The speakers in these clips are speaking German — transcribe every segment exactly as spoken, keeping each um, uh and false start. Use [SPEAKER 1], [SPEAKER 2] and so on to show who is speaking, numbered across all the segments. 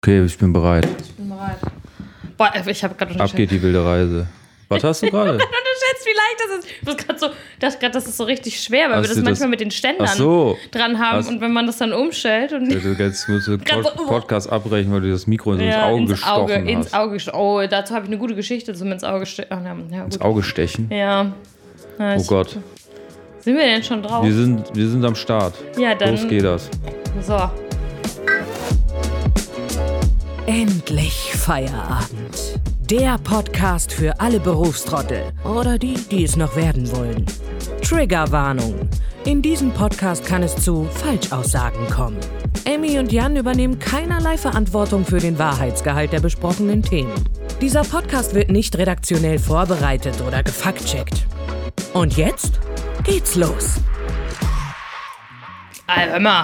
[SPEAKER 1] Okay, ich bin bereit.
[SPEAKER 2] Ich bin bereit. Boah, ich habe gerade
[SPEAKER 1] Ab geht die wilde Reise. Was hast du gerade?
[SPEAKER 2] Du unterschätzt, wie leicht das ist. Ich muss gerade so, dachte gerade, das ist so richtig schwer, weil
[SPEAKER 1] Hast
[SPEAKER 2] wir das
[SPEAKER 1] du
[SPEAKER 2] manchmal
[SPEAKER 1] das-
[SPEAKER 2] mit den Ständern
[SPEAKER 1] Ach so.
[SPEAKER 2] dran haben.
[SPEAKER 1] Hast-
[SPEAKER 2] Und wenn man das dann umstellt und
[SPEAKER 1] Du jetzt musst du
[SPEAKER 2] Ganz
[SPEAKER 1] Pod-
[SPEAKER 2] so-
[SPEAKER 1] Podcast abbrechen, weil du das Mikro ins
[SPEAKER 2] ja,
[SPEAKER 1] Auge
[SPEAKER 2] ins
[SPEAKER 1] gestochen
[SPEAKER 2] Auge,
[SPEAKER 1] hast.
[SPEAKER 2] ins Auge gestochen. Oh, dazu habe ich eine gute Geschichte zum ins Auge stechen. Ach, ja, ja,
[SPEAKER 1] Ins
[SPEAKER 2] gut.
[SPEAKER 1] Auge stechen?
[SPEAKER 2] Ja. Ja,
[SPEAKER 1] Oh
[SPEAKER 2] ich-
[SPEAKER 1] Gott.
[SPEAKER 2] Sind wir denn schon drauf?
[SPEAKER 1] Wir sind, wir sind am Start.
[SPEAKER 2] Ja, dann.
[SPEAKER 1] Los geht das.
[SPEAKER 2] So.
[SPEAKER 3] Endlich Feierabend. Der Podcast für alle Berufstrottel oder die, die es noch werden wollen. Triggerwarnung. In diesem Podcast kann es zu Falschaussagen kommen. Amy und Jan übernehmen keinerlei Verantwortung für den Wahrheitsgehalt der besprochenen Themen. Dieser Podcast wird nicht redaktionell vorbereitet oder gefaktcheckt. Und jetzt geht's los.
[SPEAKER 2] Alter, hör mal.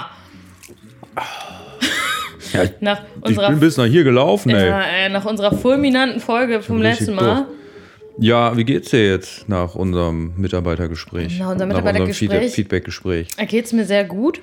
[SPEAKER 1] Ja,
[SPEAKER 2] Nach
[SPEAKER 1] ich
[SPEAKER 2] unserer,
[SPEAKER 1] bin bis nach hier gelaufen, ey.
[SPEAKER 2] ja, äh, nach unserer fulminanten Folge vom
[SPEAKER 1] Richtig
[SPEAKER 2] letzten Mal.
[SPEAKER 1] doof. Ja, wie geht's dir jetzt nach unserem Mitarbeitergespräch?
[SPEAKER 2] Nach unserem Mitarbeitergespräch?
[SPEAKER 1] Nach unserem Feedback-Gespräch.
[SPEAKER 2] Da geht es mir sehr gut.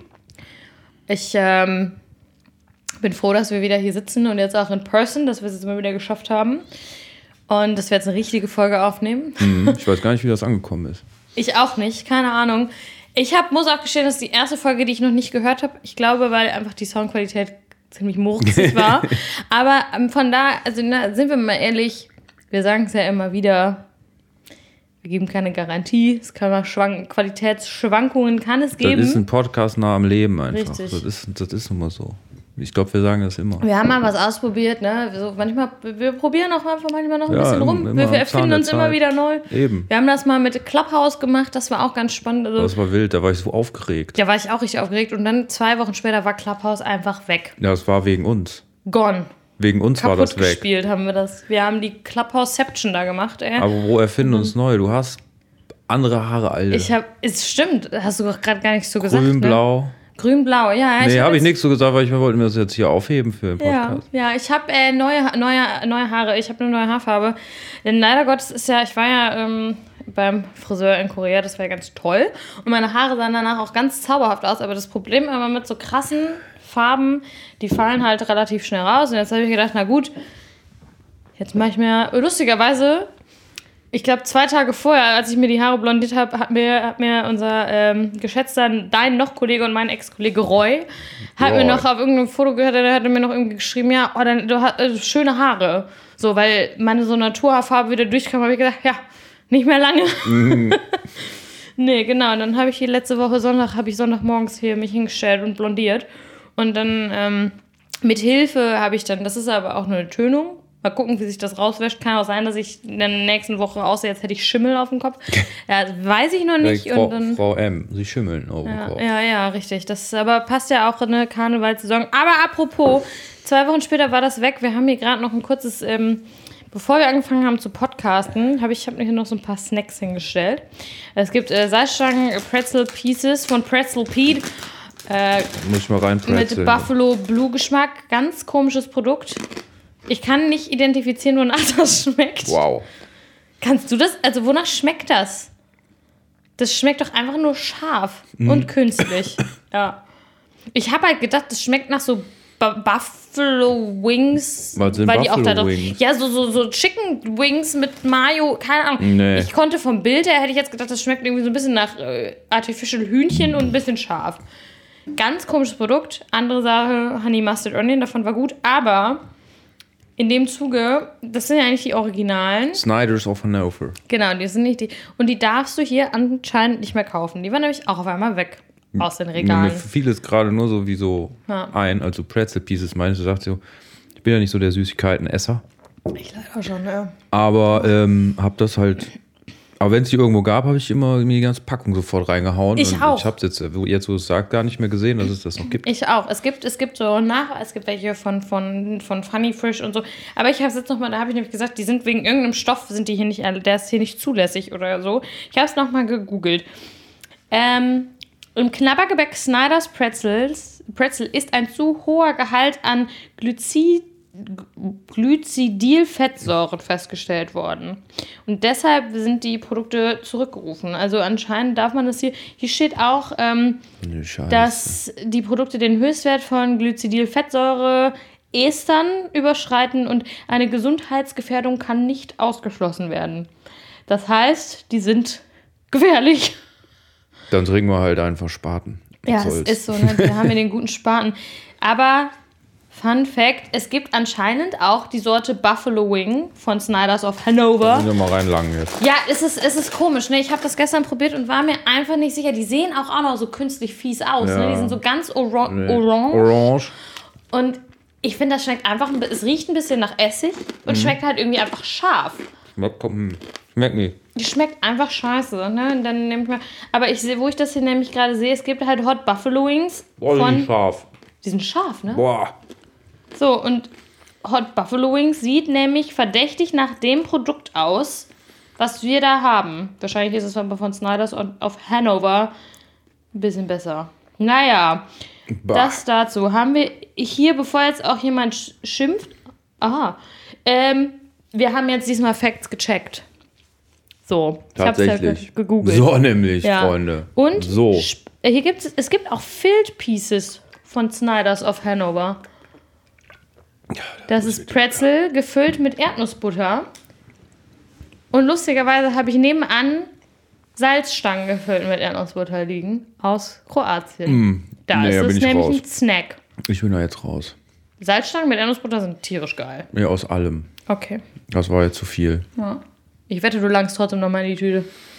[SPEAKER 2] Ich ähm, bin froh, dass wir wieder hier sitzen und jetzt auch in person, dass wir es jetzt mal wieder geschafft haben. Und dass wir jetzt eine richtige Folge aufnehmen.
[SPEAKER 1] Mhm. Ich weiß gar nicht, wie das angekommen ist.
[SPEAKER 2] Ich auch nicht, keine Ahnung. Ich hab, muss auch gestehen, das ist die erste Folge, die ich noch nicht gehört habe. Ich glaube, weil einfach die Soundqualität ziemlich murksig war. Aber ähm, von da, also na, sind wir mal ehrlich, wir sagen es ja immer wieder, wir geben keine Garantie. Es kann mal schwanken, Qualitätsschwankungen kann es geben.
[SPEAKER 1] Das ist ein Podcast nah am Leben einfach.
[SPEAKER 2] Richtig.
[SPEAKER 1] Das ist, das ist nun mal so. Ich glaube, wir sagen das immer.
[SPEAKER 2] Wir haben mal was ausprobiert, ne? So manchmal, wir probieren auch einfach manchmal noch ein
[SPEAKER 1] Ja,
[SPEAKER 2] bisschen rum.
[SPEAKER 1] immer
[SPEAKER 2] Wir
[SPEAKER 1] am Zahn
[SPEAKER 2] erfinden
[SPEAKER 1] der
[SPEAKER 2] uns immer
[SPEAKER 1] Zeit.
[SPEAKER 2] wieder neu.
[SPEAKER 1] Eben.
[SPEAKER 2] Wir haben das mal mit Clubhouse gemacht, das war auch ganz spannend. Also,
[SPEAKER 1] Das war wild, da war ich so aufgeregt.
[SPEAKER 2] ja, war ich auch richtig aufgeregt. Und dann zwei Wochen später war Clubhouse einfach weg.
[SPEAKER 1] Ja, das war wegen uns.
[SPEAKER 2] Gone.
[SPEAKER 1] Wegen uns war
[SPEAKER 2] Kaputt
[SPEAKER 1] das weg.
[SPEAKER 2] gespielt haben wir das. Wir haben die Clubhouse-Ception da gemacht, ey.
[SPEAKER 1] Aber wo erfinden uns neu? Du hast andere Haare, Alter.
[SPEAKER 2] Ich hab, es stimmt, hast du doch gerade gar nicht so gesagt.
[SPEAKER 1] Grün,
[SPEAKER 2] Ne?
[SPEAKER 1] blau.
[SPEAKER 2] Grün-blau, ja.
[SPEAKER 1] Nee,
[SPEAKER 2] hab
[SPEAKER 1] habe ich
[SPEAKER 2] jetzt-
[SPEAKER 1] nichts so gesagt, weil ich mir wollte mir das jetzt hier aufheben für den
[SPEAKER 2] Ja,
[SPEAKER 1] Podcast.
[SPEAKER 2] ja, ich habe äh, neue, neue, neue Haare. Ich habe eine neue Haarfarbe. Denn leider Gottes ist ja, ich war ja ähm, beim Friseur in Korea, das war ja ganz toll. Und meine Haare sahen danach auch ganz zauberhaft aus. Aber das Problem immer mit so krassen Farben, die fallen halt relativ schnell raus. Und jetzt habe ich gedacht, na gut, jetzt mache ich mir lustigerweise. Ich glaube, zwei Tage vorher, als ich mir die Haare blondiert habe, hat mir, hat mir unser ähm, geschätzter, dein noch Kollege und mein Ex-Kollege Roy, hat
[SPEAKER 1] Roy.
[SPEAKER 2] mir noch auf irgendeinem Foto gehört, der hatte mir noch irgendwie geschrieben, ja, oh, dann, du hast äh, schöne Haare. So, weil meine so Naturhaarfarbe wieder durchkam, habe ich gesagt, ja, nicht mehr lange.
[SPEAKER 1] Mhm.
[SPEAKER 2] Nee, genau. Und dann habe ich hier letzte Woche Sonntag, habe ich Sonntagmorgens hier mich hingestellt und blondiert. Und dann ähm, mit Hilfe habe ich dann, das ist aber auch nur eine Tönung. Mal gucken, wie sich das rauswäscht. Kann auch sein, dass ich in der nächsten Woche aussehe, als hätte ich Schimmel auf dem Kopf. Ja, weiß ich noch nicht.
[SPEAKER 1] Frau,
[SPEAKER 2] und dann,
[SPEAKER 1] Frau M, sie schimmeln auf dem
[SPEAKER 2] ja,
[SPEAKER 1] Kopf.
[SPEAKER 2] ja, ja, richtig. Das aber passt ja auch in eine Karnevalssaison. Aber apropos, zwei Wochen später war das weg. Wir haben hier gerade noch ein kurzes, ähm, bevor wir angefangen haben zu podcasten, habe ich, ich habe hier noch so ein paar Snacks hingestellt. Es gibt äh, Salzstangen, Pretzel Pieces von Pretzel Pete. Äh,
[SPEAKER 1] Muss ich mal
[SPEAKER 2] mit
[SPEAKER 1] reinpretzeln.
[SPEAKER 2] Buffalo Blue Geschmack. Ganz komisches Produkt. Ich kann nicht identifizieren, wonach das schmeckt.
[SPEAKER 1] Wow.
[SPEAKER 2] Kannst du das? Also wonach schmeckt das? Das schmeckt doch einfach nur scharf
[SPEAKER 1] Mhm.
[SPEAKER 2] und künstlich. Ja. Ich habe halt gedacht, das schmeckt nach so Bu- Buffalo Wings.
[SPEAKER 1] Was sind
[SPEAKER 2] weil die auch da
[SPEAKER 1] Buffalo
[SPEAKER 2] drauf.
[SPEAKER 1] Wings?
[SPEAKER 2] Ja, so, so, so Chicken Wings mit Mayo, keine Ahnung.
[SPEAKER 1] Nee.
[SPEAKER 2] Ich konnte vom Bild her, hätte ich jetzt gedacht, das schmeckt irgendwie so ein bisschen nach äh, Artificial Hühnchen und ein bisschen scharf. Ganz komisches Produkt. Andere Sache, Honey Mustard Onion, davon war gut. Aber in dem Zuge, das sind ja eigentlich die Originalen.
[SPEAKER 1] Snyder's of Hanover.
[SPEAKER 2] Genau, die sind nicht die. Und die darfst du hier anscheinend nicht mehr kaufen. Die waren nämlich auch auf einmal weg aus den
[SPEAKER 1] Mir
[SPEAKER 2] Regalen.
[SPEAKER 1] fiel es gerade nur so wie so
[SPEAKER 2] Ja.
[SPEAKER 1] ein, also Pretzel Pieces meinst du, sagst so, ich bin ja nicht so der Süßigkeiten-Esser,
[SPEAKER 2] Ich leider schon, ja.
[SPEAKER 1] aber ähm, hab das halt, aber wenn es die irgendwo gab, habe ich immer mir die ganze Packung sofort reingehauen.
[SPEAKER 2] Ich
[SPEAKER 1] und
[SPEAKER 2] auch.
[SPEAKER 1] Ich habe jetzt, jetzt wo du es sagst, gar nicht mehr gesehen, dass es das noch gibt.
[SPEAKER 2] Ich auch. Es gibt, es gibt so nach, es gibt welche von, von, von Funny Frisch und so. Aber ich habe es jetzt nochmal, da habe ich nämlich gesagt, die sind wegen irgendeinem Stoff, sind die hier nicht, der ist hier nicht zulässig oder so. Ich habe es nochmal gegoogelt. Ähm, Im Knabbergebäck Snyder's Pretzels, Pretzel ist ein zu hoher Gehalt an Glycid Glycidylfettsäuren festgestellt worden. Und deshalb sind die Produkte zurückgerufen. Also anscheinend darf man das hier, hier steht auch, ähm,
[SPEAKER 1] Nee, Scheiße.
[SPEAKER 2] dass die Produkte den Höchstwert von Glycidylfettsäure Estern überschreiten und eine Gesundheitsgefährdung kann nicht ausgeschlossen werden. Das heißt, die sind gefährlich.
[SPEAKER 1] Dann trinken wir halt einfach Spaten.
[SPEAKER 2] Ja, es ist so, ne? Wir haben ja den guten Spaten. Aber Fun Fact, es gibt anscheinend auch die Sorte Buffalo Wing von Snyder's of Hanover.
[SPEAKER 1] Müssen wir mal reinlangen jetzt.
[SPEAKER 2] Ja, es ist, es ist komisch, ne? Ich habe das gestern probiert und war mir einfach nicht sicher. Die sehen auch, auch noch so künstlich fies aus, ja. ne? Die sind so ganz ora- nee. orange.
[SPEAKER 1] Orange.
[SPEAKER 2] Und ich finde, das schmeckt einfach, es riecht ein bisschen nach Essig und mhm. schmeckt halt irgendwie einfach scharf.
[SPEAKER 1] Schmeckt nicht.
[SPEAKER 2] Die schmeckt einfach scheiße, ne? Und dann nehme ich mal, aber ich sehe, wo ich das hier nämlich gerade sehe, es gibt halt Hot Buffalo Wings.
[SPEAKER 1] Boah,
[SPEAKER 2] von,
[SPEAKER 1] die sind scharf.
[SPEAKER 2] Die sind scharf, ne?
[SPEAKER 1] Boah.
[SPEAKER 2] So, und Hot Buffalo Wings sieht nämlich verdächtig nach dem Produkt aus, was wir da haben. Wahrscheinlich ist es aber von Snyder's of Hanover ein bisschen besser. Naja, bah. Das dazu. Haben wir hier, bevor jetzt auch jemand schimpft, aha, ähm, wir haben jetzt diesmal Facts gecheckt. So,
[SPEAKER 1] tatsächlich.
[SPEAKER 2] Ich hab's ja gegoogelt.
[SPEAKER 1] So nämlich,
[SPEAKER 2] ja.
[SPEAKER 1] Freunde.
[SPEAKER 2] Und
[SPEAKER 1] so.
[SPEAKER 2] Hier gibt's, es gibt auch Filled Pieces von Snyder's of Hanover. Ja, das, das ist Pretzel gefüllt mit Erdnussbutter. Und lustigerweise habe ich nebenan Salzstangen gefüllt mit Erdnussbutter liegen aus Kroatien. Mm, da nee, ist es nämlich raus. Ein Snack.
[SPEAKER 1] Ich bin da jetzt raus.
[SPEAKER 2] Salzstangen mit Erdnussbutter sind tierisch geil.
[SPEAKER 1] Ja, aus allem.
[SPEAKER 2] Okay.
[SPEAKER 1] Das war jetzt zu viel.
[SPEAKER 2] Ja. Ich wette, du langst trotzdem noch mal in die Tüte.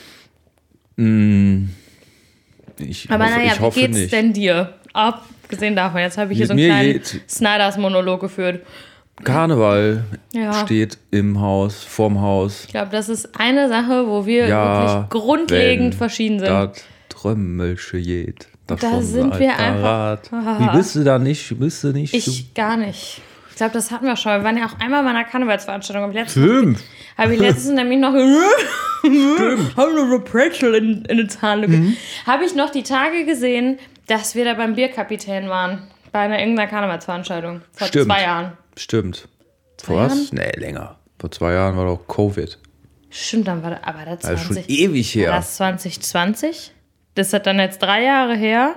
[SPEAKER 1] Mm, ich
[SPEAKER 2] Aber
[SPEAKER 1] hoffe,
[SPEAKER 2] naja,
[SPEAKER 1] ich
[SPEAKER 2] wie
[SPEAKER 1] hoffe
[SPEAKER 2] geht's
[SPEAKER 1] nicht.
[SPEAKER 2] denn dir? Abgesehen davon, jetzt habe ich hier
[SPEAKER 1] Mit
[SPEAKER 2] so einen kleinen
[SPEAKER 1] geht's.
[SPEAKER 2] Snyders-Monolog geführt.
[SPEAKER 1] Karneval
[SPEAKER 2] ja.
[SPEAKER 1] steht im Haus, vorm Haus.
[SPEAKER 2] Ich glaube, das ist eine Sache, wo wir
[SPEAKER 1] ja,
[SPEAKER 2] wirklich grundlegend verschieden sind.
[SPEAKER 1] Das Trömmelsche geht.
[SPEAKER 2] Da sind wir einfach.
[SPEAKER 1] Wie bist du da nicht? Bist du nicht?
[SPEAKER 2] Ich gar nicht. Ich glaube, das hatten wir schon. Wir waren ja auch einmal bei einer Karnevalsveranstaltung.
[SPEAKER 1] Stimmt.
[SPEAKER 2] Habe ich letztens nämlich noch Stimmt. Haben wir so Pretzel in, in den Zahn. Mhm. Habe ich noch die Tage gesehen, dass wir da beim Bierkapitän waren. Bei einer irgendeiner Karnevalsveranstaltung. Vor
[SPEAKER 1] Stimmt.
[SPEAKER 2] zwei Jahren.
[SPEAKER 1] Stimmt.
[SPEAKER 2] Zwei
[SPEAKER 1] Vor was?
[SPEAKER 2] Jahren?
[SPEAKER 1] Nee, länger. Vor zwei Jahren war doch Covid.
[SPEAKER 2] Stimmt, dann war das, aber das
[SPEAKER 1] also
[SPEAKER 2] zwanzig,
[SPEAKER 1] schon ewig her.
[SPEAKER 2] War das zwanzig zwanzig? Das ist dann jetzt drei Jahre her.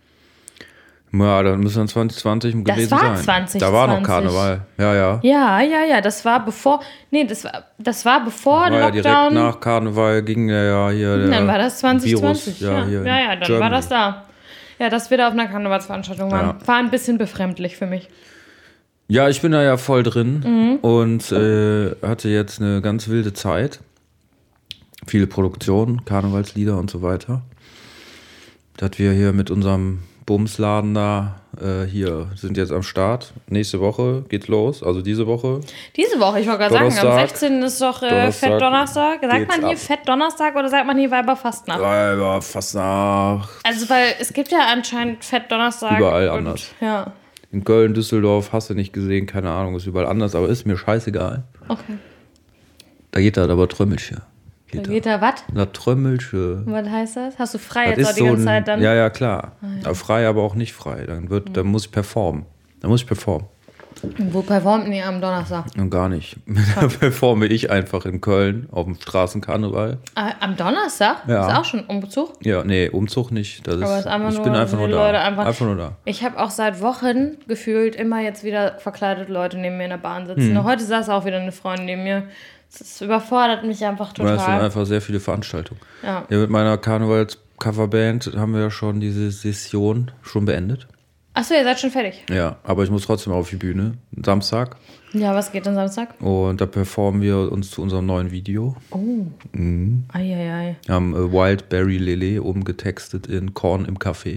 [SPEAKER 1] Ja, dann müssen dann zwanzig zwanzig gewesen sein.
[SPEAKER 2] Das war zwanzig zwanzig.
[SPEAKER 1] Da war noch Karneval. Ja, ja.
[SPEAKER 2] Ja, ja, ja. Das war bevor. Nee, das war, das war bevor
[SPEAKER 1] war
[SPEAKER 2] Lockdown.
[SPEAKER 1] Ja, direkt nach Karneval ging der ja hier. Der
[SPEAKER 2] dann war das zwanzig zwanzig.
[SPEAKER 1] Virus, ja,
[SPEAKER 2] ja, ja, ja, dann
[SPEAKER 1] Germany.
[SPEAKER 2] war das da. Ja, dass wir da auf einer Karnevalsveranstaltung waren. Ja. War ein bisschen befremdlich für mich.
[SPEAKER 1] Ja, ich bin da ja voll drin
[SPEAKER 2] mhm.
[SPEAKER 1] und äh, hatte jetzt eine ganz wilde Zeit. Viele Produktionen, Karnevalslieder und so weiter. Dass wir hier mit unserem Bumsladen da äh, hier sind jetzt am Start. Nächste Woche geht's los, also diese Woche.
[SPEAKER 2] Diese Woche, ich wollte gerade sagen, am sechzehnten ist doch äh, Fettdonnerstag. Sagt man hier ab. Fettdonnerstag oder sagt man hier Weiberfastnacht?
[SPEAKER 1] Weiberfastnacht.
[SPEAKER 2] Also, weil es gibt ja anscheinend Fettdonnerstag.
[SPEAKER 1] Überall
[SPEAKER 2] und,
[SPEAKER 1] anders.
[SPEAKER 2] Ja.
[SPEAKER 1] In Köln, Düsseldorf, hast du nicht gesehen, keine Ahnung, ist überall anders, aber ist mir scheißegal.
[SPEAKER 2] Okay.
[SPEAKER 1] Da geht das aber Trömmelchen.
[SPEAKER 2] Da geht da was?
[SPEAKER 1] Na, Trömmelche.
[SPEAKER 2] Was heißt das? Hast du frei
[SPEAKER 1] das
[SPEAKER 2] jetzt auch die
[SPEAKER 1] so
[SPEAKER 2] ganze
[SPEAKER 1] ein,
[SPEAKER 2] Zeit dann?
[SPEAKER 1] Ja, ja, klar.
[SPEAKER 2] Ah, ja.
[SPEAKER 1] Aber frei, aber auch nicht frei. Dann, wird, dann muss ich performen. Dann muss ich performen.
[SPEAKER 2] Wo performt ihr am Donnerstag?
[SPEAKER 1] Und gar nicht. Da performe ich einfach in Köln auf dem Straßenkarneval.
[SPEAKER 2] Ah, am Donnerstag?
[SPEAKER 1] Ja.
[SPEAKER 2] Ist auch schon Umzug?
[SPEAKER 1] Ja, nee, Umzug nicht. Das
[SPEAKER 2] aber
[SPEAKER 1] ist,
[SPEAKER 2] ist einfach
[SPEAKER 1] ich
[SPEAKER 2] nur,
[SPEAKER 1] bin einfach nur da.
[SPEAKER 2] Leute einfach,
[SPEAKER 1] einfach nur da.
[SPEAKER 2] Ich habe auch seit Wochen gefühlt immer jetzt wieder verkleidete Leute neben mir in der Bahn sitzen.
[SPEAKER 1] Hm.
[SPEAKER 2] Heute saß auch wieder eine Freundin neben mir. Das überfordert mich einfach total.
[SPEAKER 1] Das sind einfach sehr viele Veranstaltungen.
[SPEAKER 2] Ja.
[SPEAKER 1] Ja, mit meiner Karnevals-Coverband haben wir ja schon diese Session schon beendet.
[SPEAKER 2] Achso, ihr seid schon fertig?
[SPEAKER 1] Ja, aber ich muss trotzdem auf die Bühne. Samstag.
[SPEAKER 2] Ja, was geht denn Samstag?
[SPEAKER 1] Und da performen wir uns zu unserem neuen Video.
[SPEAKER 2] Oh.
[SPEAKER 1] Mhm.
[SPEAKER 2] Eieiei.
[SPEAKER 1] Wir haben äh, Wildberry Lele umgetextet in Korn im Café.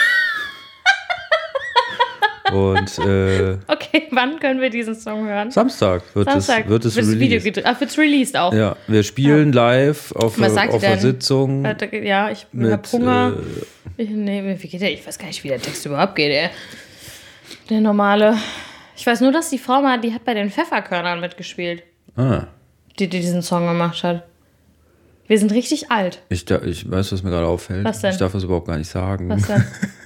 [SPEAKER 1] Und äh,
[SPEAKER 2] okay, wann können wir diesen Song hören?
[SPEAKER 1] Samstag wird
[SPEAKER 2] Samstag
[SPEAKER 1] es wird es released.
[SPEAKER 2] Video gedreht. Ach, wird's released auch.
[SPEAKER 1] Ja, wir spielen ja. live auf,
[SPEAKER 2] Was sagt
[SPEAKER 1] auf
[SPEAKER 2] ihr
[SPEAKER 1] einer
[SPEAKER 2] denn?
[SPEAKER 1] Sitzung.
[SPEAKER 2] Ja, ich
[SPEAKER 1] mit,
[SPEAKER 2] hab Hunger.
[SPEAKER 1] Äh,
[SPEAKER 2] ich, nee, wie geht der? Ich weiß gar nicht, wie der Text überhaupt geht, ey. Der normale. Ich weiß nur, dass die Frau mal, die hat bei den Pfefferkörnern mitgespielt.
[SPEAKER 1] Ah.
[SPEAKER 2] Die, die diesen Song gemacht hat. Wir sind richtig alt.
[SPEAKER 1] Ich, ich weiß, was mir gerade auffällt.
[SPEAKER 2] Was denn?
[SPEAKER 1] Ich darf das überhaupt gar nicht sagen.
[SPEAKER 2] Was denn?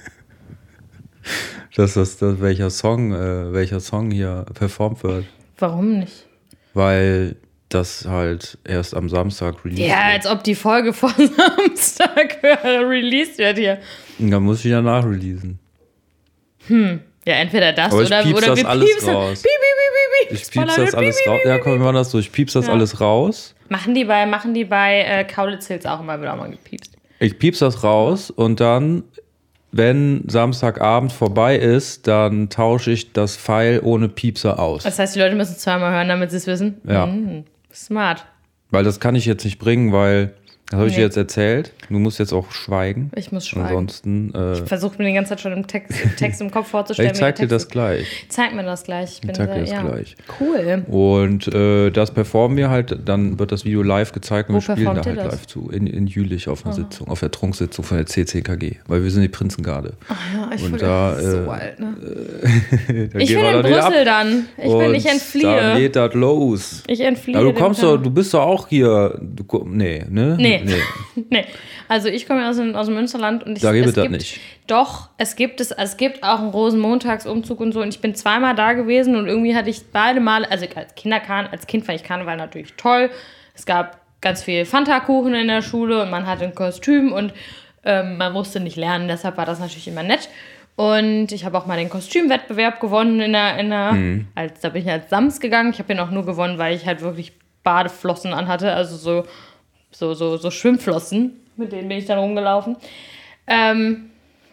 [SPEAKER 1] dass das, das welcher Song, äh, welcher Song hier performt wird.
[SPEAKER 2] Warum nicht?
[SPEAKER 1] Weil das halt erst am Samstag released
[SPEAKER 2] ja,
[SPEAKER 1] wird.
[SPEAKER 2] als ob die Folge vor Samstag released wird hier.
[SPEAKER 1] Und dann muss ich ja nachreleasen.
[SPEAKER 2] Hm. Ja, entweder das
[SPEAKER 1] Aber ich
[SPEAKER 2] oder,
[SPEAKER 1] piepse
[SPEAKER 2] oder
[SPEAKER 1] das
[SPEAKER 2] wir
[SPEAKER 1] alles
[SPEAKER 2] piepsen.
[SPEAKER 1] raus.
[SPEAKER 2] Piep, piep, piep, piep.
[SPEAKER 1] Ich piepse das alles raus. Ja, komm, wir machen das so. Ich piepse das
[SPEAKER 2] Ja.
[SPEAKER 1] alles raus.
[SPEAKER 2] Machen die bei, machen die bei äh, Kaulitz Hills auch immer wieder mal gepiepst.
[SPEAKER 1] Ich piepse das raus und dann, wenn Samstagabend vorbei ist, dann tausche ich das Pfeil ohne Piepser aus.
[SPEAKER 2] Das heißt, die Leute müssen zweimal hören, damit sie es wissen?
[SPEAKER 1] Ja.
[SPEAKER 2] Mhm. Smart.
[SPEAKER 1] Weil das kann ich jetzt nicht bringen, weil, das habe ich
[SPEAKER 2] Nee.
[SPEAKER 1] dir jetzt erzählt. Du musst jetzt auch schweigen.
[SPEAKER 2] Ich muss schweigen.
[SPEAKER 1] Ansonsten, äh,
[SPEAKER 2] Ich versuche mir die ganze Zeit schon im Text, im, Text im Kopf vorzustellen.
[SPEAKER 1] ich zeig
[SPEAKER 2] wie der
[SPEAKER 1] dir das
[SPEAKER 2] Text
[SPEAKER 1] gleich.
[SPEAKER 2] ist. Zeig mir das gleich. Ich bin
[SPEAKER 1] Ich zeig dir
[SPEAKER 2] sehr,
[SPEAKER 1] das
[SPEAKER 2] ja.
[SPEAKER 1] gleich.
[SPEAKER 2] Cool.
[SPEAKER 1] Und äh, das performen wir halt, dann wird das Video live gezeigt und
[SPEAKER 2] Wo
[SPEAKER 1] wir spielen da
[SPEAKER 2] performt
[SPEAKER 1] halt
[SPEAKER 2] ihr das?
[SPEAKER 1] live zu. In, in Jülich auf einer Sitzung, auf der Trunksitzung von der C C K G. Weil wir sind die Prinzengarde.
[SPEAKER 2] Ja, ich
[SPEAKER 1] Und
[SPEAKER 2] bin
[SPEAKER 1] da,
[SPEAKER 2] so
[SPEAKER 1] äh,
[SPEAKER 2] alt, ne?
[SPEAKER 1] Da
[SPEAKER 2] Ich
[SPEAKER 1] gehen
[SPEAKER 2] bin
[SPEAKER 1] wir
[SPEAKER 2] in
[SPEAKER 1] dann wieder ab.
[SPEAKER 2] Brüssel dann. Ich, bin,
[SPEAKER 1] Und
[SPEAKER 2] ich
[SPEAKER 1] Dann
[SPEAKER 2] entfliehe.
[SPEAKER 1] geht das los.
[SPEAKER 2] Ich entfliehe.
[SPEAKER 1] Ja, du
[SPEAKER 2] dem
[SPEAKER 1] kommst
[SPEAKER 2] Terror.
[SPEAKER 1] doch, du bist doch auch hier. Du, ko- nee, ne?
[SPEAKER 2] Nee. nee. Also ich komme ja aus dem, aus dem Münsterland und ich,
[SPEAKER 1] Da gibt
[SPEAKER 2] es
[SPEAKER 1] es das
[SPEAKER 2] gibt,
[SPEAKER 1] nicht.
[SPEAKER 2] Doch, es gibt es, es gibt auch einen Rosenmontagsumzug und so und ich bin zweimal da gewesen und irgendwie hatte ich beide Male, also als Kinderkarneval, als Kind fand ich Karneval natürlich toll. Es gab ganz viel Fanta-Kuchen in der Schule und man hatte ein Kostüm und ähm, man musste nicht lernen, deshalb war das natürlich immer nett. Und ich habe auch mal den Kostümwettbewerb gewonnen in der, in der
[SPEAKER 1] Mhm.
[SPEAKER 2] als, da bin ich als Sams gegangen. Ich habe den auch nur gewonnen, weil ich halt wirklich Badeflossen anhatte, also so, so, so, so Schwimmflossen, mit denen bin ich dann rumgelaufen. Ähm,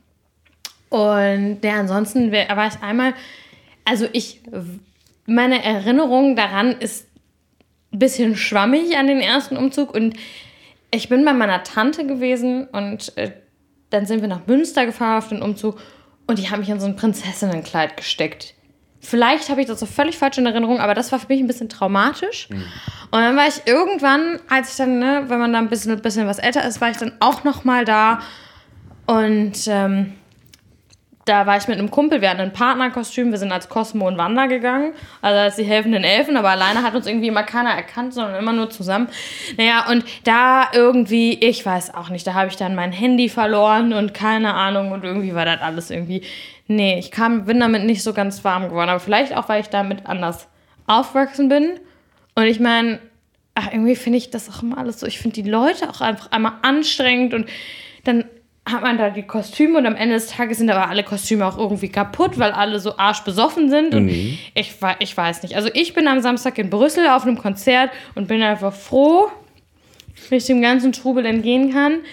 [SPEAKER 2] und ja, ansonsten wär, war ich einmal, also ich, meine Erinnerung daran ist ein bisschen schwammig an den ersten Umzug und ich bin bei meiner Tante gewesen und äh, dann sind wir nach Münster gefahren auf den Umzug und die haben mich in so ein Prinzessinnenkleid gesteckt. Vielleicht habe ich das so völlig falsch in Erinnerung, aber das war für mich ein bisschen traumatisch. Mhm. Und dann war ich irgendwann, als ich dann, ne, wenn man da ein bisschen, ein bisschen was älter ist, war ich dann auch noch mal da. Und ähm, da war ich mit einem Kumpel, wir hatten ein Partnerkostüm, wir sind als Cosmo und Wanda gegangen, also als die helfenden Elfen, aber alleine hat uns irgendwie immer keiner erkannt, sondern immer nur zusammen. Naja, und da irgendwie, ich weiß auch nicht, da habe ich dann mein Handy verloren und keine Ahnung und irgendwie war das alles irgendwie, nee, ich kam, bin damit nicht so ganz warm geworden, aber vielleicht auch, weil ich damit anders aufgewachsen bin und ich meine, irgendwie finde ich das auch immer alles so, ich finde die Leute auch einfach einmal anstrengend und dann hat man da die Kostüme und am Ende des Tages sind aber alle Kostüme auch irgendwie kaputt, weil alle so arschbesoffen sind. Und
[SPEAKER 1] Mhm.
[SPEAKER 2] ich, ich weiß nicht. Also ich bin am Samstag in Brüssel auf einem Konzert und bin einfach froh, wenn ich dem ganzen Trubel entgehen kann.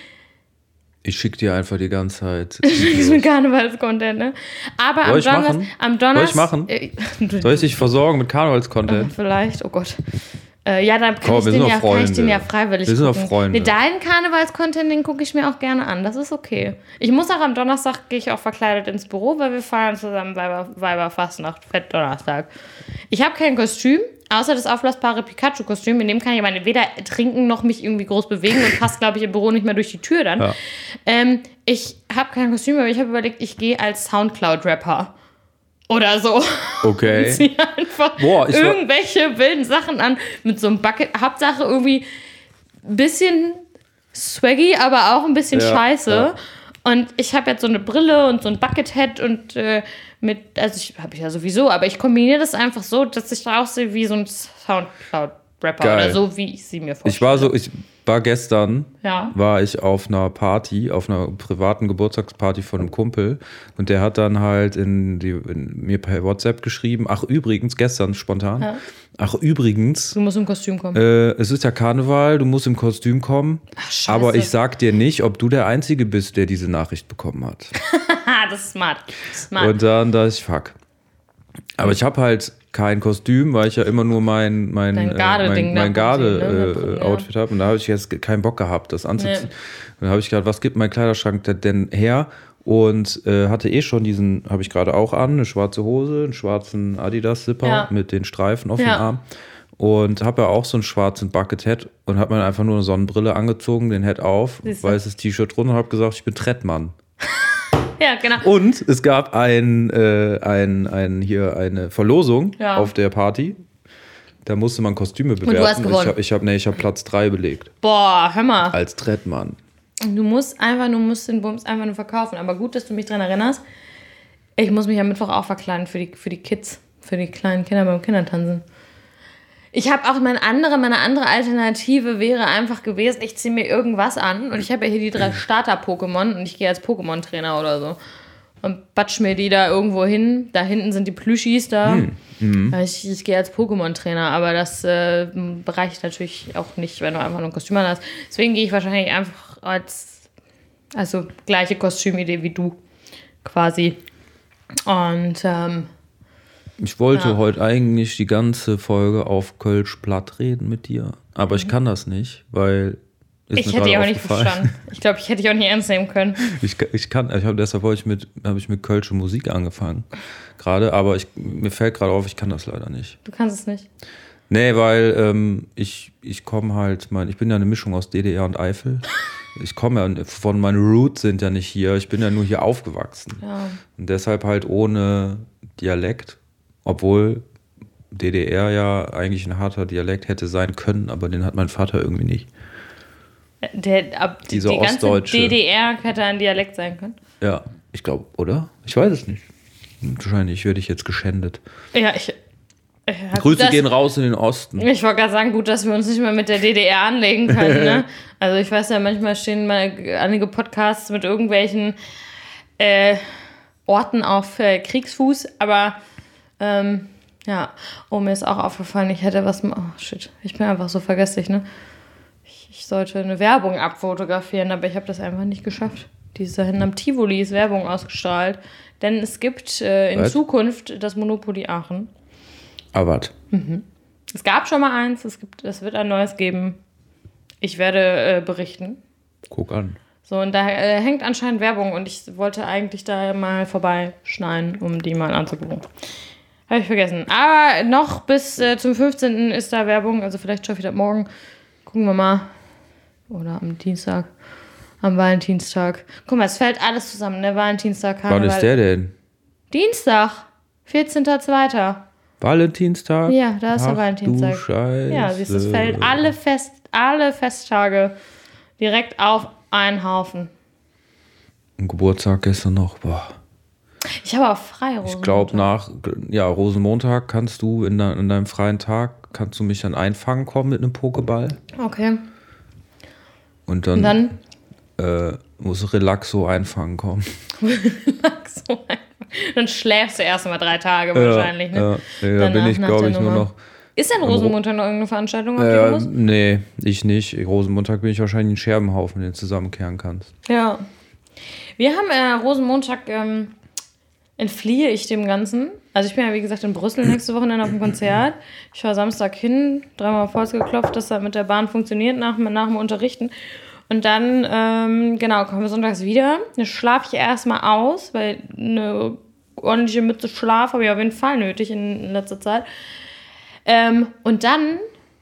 [SPEAKER 1] Ich schicke dir einfach die ganze Zeit.
[SPEAKER 2] Diesen Karnevals-Content, ne? Aber
[SPEAKER 1] Soll
[SPEAKER 2] am
[SPEAKER 1] ich
[SPEAKER 2] Donnerstag...
[SPEAKER 1] machen?
[SPEAKER 2] Am Donnerstag
[SPEAKER 1] Soll ich machen? Soll ich dich versorgen mit Karnevals-Content?
[SPEAKER 2] Vielleicht, oh Gott. Äh, ja, dann kann,
[SPEAKER 1] Komm,
[SPEAKER 2] ich
[SPEAKER 1] wir
[SPEAKER 2] den
[SPEAKER 1] sind
[SPEAKER 2] ja,
[SPEAKER 1] doch
[SPEAKER 2] kann ich den
[SPEAKER 1] Freunde.
[SPEAKER 2] ja freiwillig
[SPEAKER 1] Wir sind doch
[SPEAKER 2] gucken.
[SPEAKER 1] Freunde.
[SPEAKER 2] Nee, deinen Karnevals-Content, den gucke ich mir auch gerne an. Das ist okay. Ich muss auch am Donnerstag, gehe ich auch verkleidet ins Büro, weil wir feiern zusammen Weiber, Weiberfastnacht, Fettdonnerstag. Ich habe kein Kostüm, außer das aufblasbare Pikachu-Kostüm. In dem kann ich aber weder trinken noch mich irgendwie groß bewegen und passt, glaube ich, im Büro nicht mehr durch die Tür dann.
[SPEAKER 1] Ja.
[SPEAKER 2] Ähm, ich habe kein Kostüm, aber ich habe überlegt, ich gehe als Soundcloud-Rapper. Oder so.
[SPEAKER 1] Okay.
[SPEAKER 2] Und ziehe einfach
[SPEAKER 1] Boah, ich war-
[SPEAKER 2] irgendwelche wilden Sachen an mit so einem Bucket. Hauptsache irgendwie ein bisschen swaggy, aber auch ein bisschen
[SPEAKER 1] Ja,
[SPEAKER 2] scheiße.
[SPEAKER 1] ja.
[SPEAKER 2] Und ich habe jetzt so eine Brille und so ein Buckethead und äh, mit, also ich habe ich ja sowieso, aber ich kombiniere das einfach so, dass ich da aussehe wie so ein Soundcloud-Rapper
[SPEAKER 1] Geil.
[SPEAKER 2] oder so, wie ich sie mir vorstelle.
[SPEAKER 1] Ich war so, ich war gestern,
[SPEAKER 2] Ja.
[SPEAKER 1] war ich auf einer Party, auf einer privaten Geburtstagsparty von einem Kumpel und der hat dann halt in die, in, mir per WhatsApp geschrieben, ach übrigens, gestern spontan,
[SPEAKER 2] Ja.
[SPEAKER 1] ach übrigens,
[SPEAKER 2] Du musst im Kostüm kommen.
[SPEAKER 1] äh, es ist ja Karneval, du musst im Kostüm kommen,
[SPEAKER 2] Ach, scheiße.
[SPEAKER 1] aber ich sag dir nicht, ob du der Einzige bist, der diese Nachricht bekommen hat.
[SPEAKER 2] Haha, das ist smart. Smart.
[SPEAKER 1] Und dann dachte ich, fuck. Aber ich habe halt kein Kostüm, weil ich ja immer nur mein, mein,
[SPEAKER 2] Dein
[SPEAKER 1] äh,
[SPEAKER 2] Gardeding
[SPEAKER 1] mein,
[SPEAKER 2] da
[SPEAKER 1] mein
[SPEAKER 2] quasi, ne, da drin, ja.
[SPEAKER 1] Garde-Outfit habe. Und da habe ich jetzt keinen Bock gehabt, das anzuziehen.
[SPEAKER 2] Nee.
[SPEAKER 1] Und dann habe ich gedacht, was gibt mein Kleiderschrank denn her? Und äh, hatte eh schon diesen, habe ich gerade auch an, eine schwarze Hose, einen schwarzen Adidas-Zipper
[SPEAKER 2] Ja.
[SPEAKER 1] mit den Streifen auf
[SPEAKER 2] Ja.
[SPEAKER 1] dem Arm. Und habe ja auch so einen schwarzen Bucket-Hat und habe mir einfach nur eine Sonnenbrille angezogen, den Hat auf,
[SPEAKER 2] Siehst du?
[SPEAKER 1] weißes T-Shirt drunter und habe gesagt, ich bin Trettmann.
[SPEAKER 2] Ja, genau.
[SPEAKER 1] Und es gab ein, äh, ein, ein, hier eine Verlosung
[SPEAKER 2] Ja.
[SPEAKER 1] auf der Party. Da musste man Kostüme bewerten.
[SPEAKER 2] du hast gewonnen.
[SPEAKER 1] Ich habe ich hab, nee, ich hab Platz drei belegt.
[SPEAKER 2] Boah, hör mal.
[SPEAKER 1] Als Trettmann.
[SPEAKER 2] Du musst einfach, du musst den Bums einfach nur verkaufen. Aber gut, dass du mich daran erinnerst. Ich muss mich am Mittwoch auch verkleiden für die, für die Kids, für die kleinen Kinder beim Kindertanzen. Ich habe auch meine andere, meine andere Alternative wäre einfach gewesen, ich ziehe mir irgendwas an und ich habe ja hier die drei Starter-Pokémon und ich gehe als Pokémon-Trainer oder so. und batsch mir die da irgendwo hin. Da hinten sind die Plüschis da.
[SPEAKER 1] Hm. Mhm.
[SPEAKER 2] Ich, ich gehe als Pokémon-Trainer, aber das äh, reicht natürlich auch nicht, wenn du einfach nur ein Kostüm hast. Deswegen gehe ich wahrscheinlich einfach als, also gleiche Kostümidee wie du, quasi. Und, ähm,
[SPEAKER 1] Ich wollte
[SPEAKER 2] ja.
[SPEAKER 1] heute eigentlich die ganze Folge auf Kölsch platt reden mit dir, aber ich kann das nicht, weil ist
[SPEAKER 2] ich
[SPEAKER 1] mir
[SPEAKER 2] hätte dich
[SPEAKER 1] gerade
[SPEAKER 2] auch nicht
[SPEAKER 1] aufgefallen.
[SPEAKER 2] verstanden. Ich glaube, ich hätte dich auch nicht ernst nehmen können.
[SPEAKER 1] Ich, ich kann, ich habe deshalb wollte ich mit, habe ich mit Kölsche Musik angefangen gerade, aber ich, mir fällt gerade auf, ich kann das leider nicht.
[SPEAKER 2] Du kannst es nicht.
[SPEAKER 1] Nee, weil ähm, ich, ich komme halt, mein, ich bin ja eine Mischung aus D D R und Eifel. Ich komme ja von, meine Roots sind ja nicht hier, ich bin ja nur hier aufgewachsen.
[SPEAKER 2] Ja.
[SPEAKER 1] Und deshalb halt ohne Dialekt, obwohl D D R ja eigentlich ein harter Dialekt hätte sein können, aber den hat mein Vater irgendwie nicht.
[SPEAKER 2] Der, ab, die,
[SPEAKER 1] Dieser
[SPEAKER 2] die ganze
[SPEAKER 1] Ostdeutsche.
[SPEAKER 2] D D R hätte ein Dialekt sein können.
[SPEAKER 1] Ja, ich glaube, oder? Ich weiß es nicht. Wahrscheinlich werde ich jetzt geschändet.
[SPEAKER 2] Ja, ich. Ja,
[SPEAKER 1] Grüße
[SPEAKER 2] das,
[SPEAKER 1] gehen raus in den Osten.
[SPEAKER 2] Ich wollte gerade sagen, gut, dass wir uns nicht mehr mit der D D R anlegen können. Ne? Also ich weiß ja, manchmal stehen mal einige Podcasts mit irgendwelchen äh, Orten auf äh, Kriegsfuß, aber ähm, ja, oh, mir ist auch aufgefallen, ich hätte was, oh shit, ich bin einfach so vergesslich, ne? Ich, ich sollte eine Werbung abfotografieren, aber ich habe das einfach nicht geschafft. Dieses da hinten am Tivoli ist Werbung ausgestrahlt, denn es gibt äh, in
[SPEAKER 1] Was?
[SPEAKER 2] Zukunft das Monopoly Aachen.
[SPEAKER 1] Aber was?
[SPEAKER 2] Mhm. Es gab schon mal eins, es, gibt, es wird ein neues geben. Ich werde äh, berichten.
[SPEAKER 1] Guck an.
[SPEAKER 2] So, und da äh, hängt anscheinend Werbung und ich wollte eigentlich da mal vorbeischneiden, um die mal anzugucken. Habe ich vergessen. Aber noch bis äh, zum fünfzehnten ist da Werbung, also vielleicht schaffe ich das morgen. Gucken wir mal. Oder am Dienstag. Am Valentinstag. Guck mal, es fällt alles zusammen, ne? Valentinstag,
[SPEAKER 1] Wann
[SPEAKER 2] Karneval.
[SPEAKER 1] ist der denn?
[SPEAKER 2] Dienstag, vierzehnter zweiter
[SPEAKER 1] Valentinstag?
[SPEAKER 2] Ja, da ist der
[SPEAKER 1] Ach,
[SPEAKER 2] Valentinstag.
[SPEAKER 1] Du Scheiße.
[SPEAKER 2] Ja, siehst du, es fällt alle, Fest, alle Festtage direkt auf einen Haufen.
[SPEAKER 1] Ein Geburtstag gestern noch. Boah.
[SPEAKER 2] Ich habe auch frei, Rosenmontag.
[SPEAKER 1] Ich glaube nach, ja, Rosenmontag kannst du in, de, in deinem freien Tag, kannst du mich dann einfangen kommen mit einem Pokéball.
[SPEAKER 2] Okay.
[SPEAKER 1] Und dann,
[SPEAKER 2] Und dann
[SPEAKER 1] äh, muss Relaxo einfangen kommen.
[SPEAKER 2] so dann schläfst du erst mal drei Tage wahrscheinlich, ne?
[SPEAKER 1] Ja, ja, da
[SPEAKER 2] Danach,
[SPEAKER 1] bin ich,
[SPEAKER 2] nach
[SPEAKER 1] glaube
[SPEAKER 2] der
[SPEAKER 1] ich, nur
[SPEAKER 2] Nummer.
[SPEAKER 1] noch.
[SPEAKER 2] Ist denn Rosenmontag noch irgendeine Veranstaltung, auf die
[SPEAKER 1] Äh,
[SPEAKER 2] du musst?
[SPEAKER 1] nee, ich nicht. Rosenmontag bin ich wahrscheinlich ein Scherbenhaufen, den du zusammenkehren kannst.
[SPEAKER 2] Ja. Wir haben äh, Rosenmontag, ähm, entfliehe ich dem Ganzen. Also ich bin ja, wie gesagt, in Brüssel nächste Woche dann auf dem Konzert. Ich fahre Samstag hin, dreimal auf Holz geklopft, dass das mit der Bahn funktioniert nach, nach dem Unterrichten. Und dann, ähm, genau, kommen wir sonntags wieder. Dann schlafe ich erstmal aus, weil eine ordentliche Mütze Schlaf habe ich auf jeden Fall nötig in, in letzter Zeit. Ähm, und dann,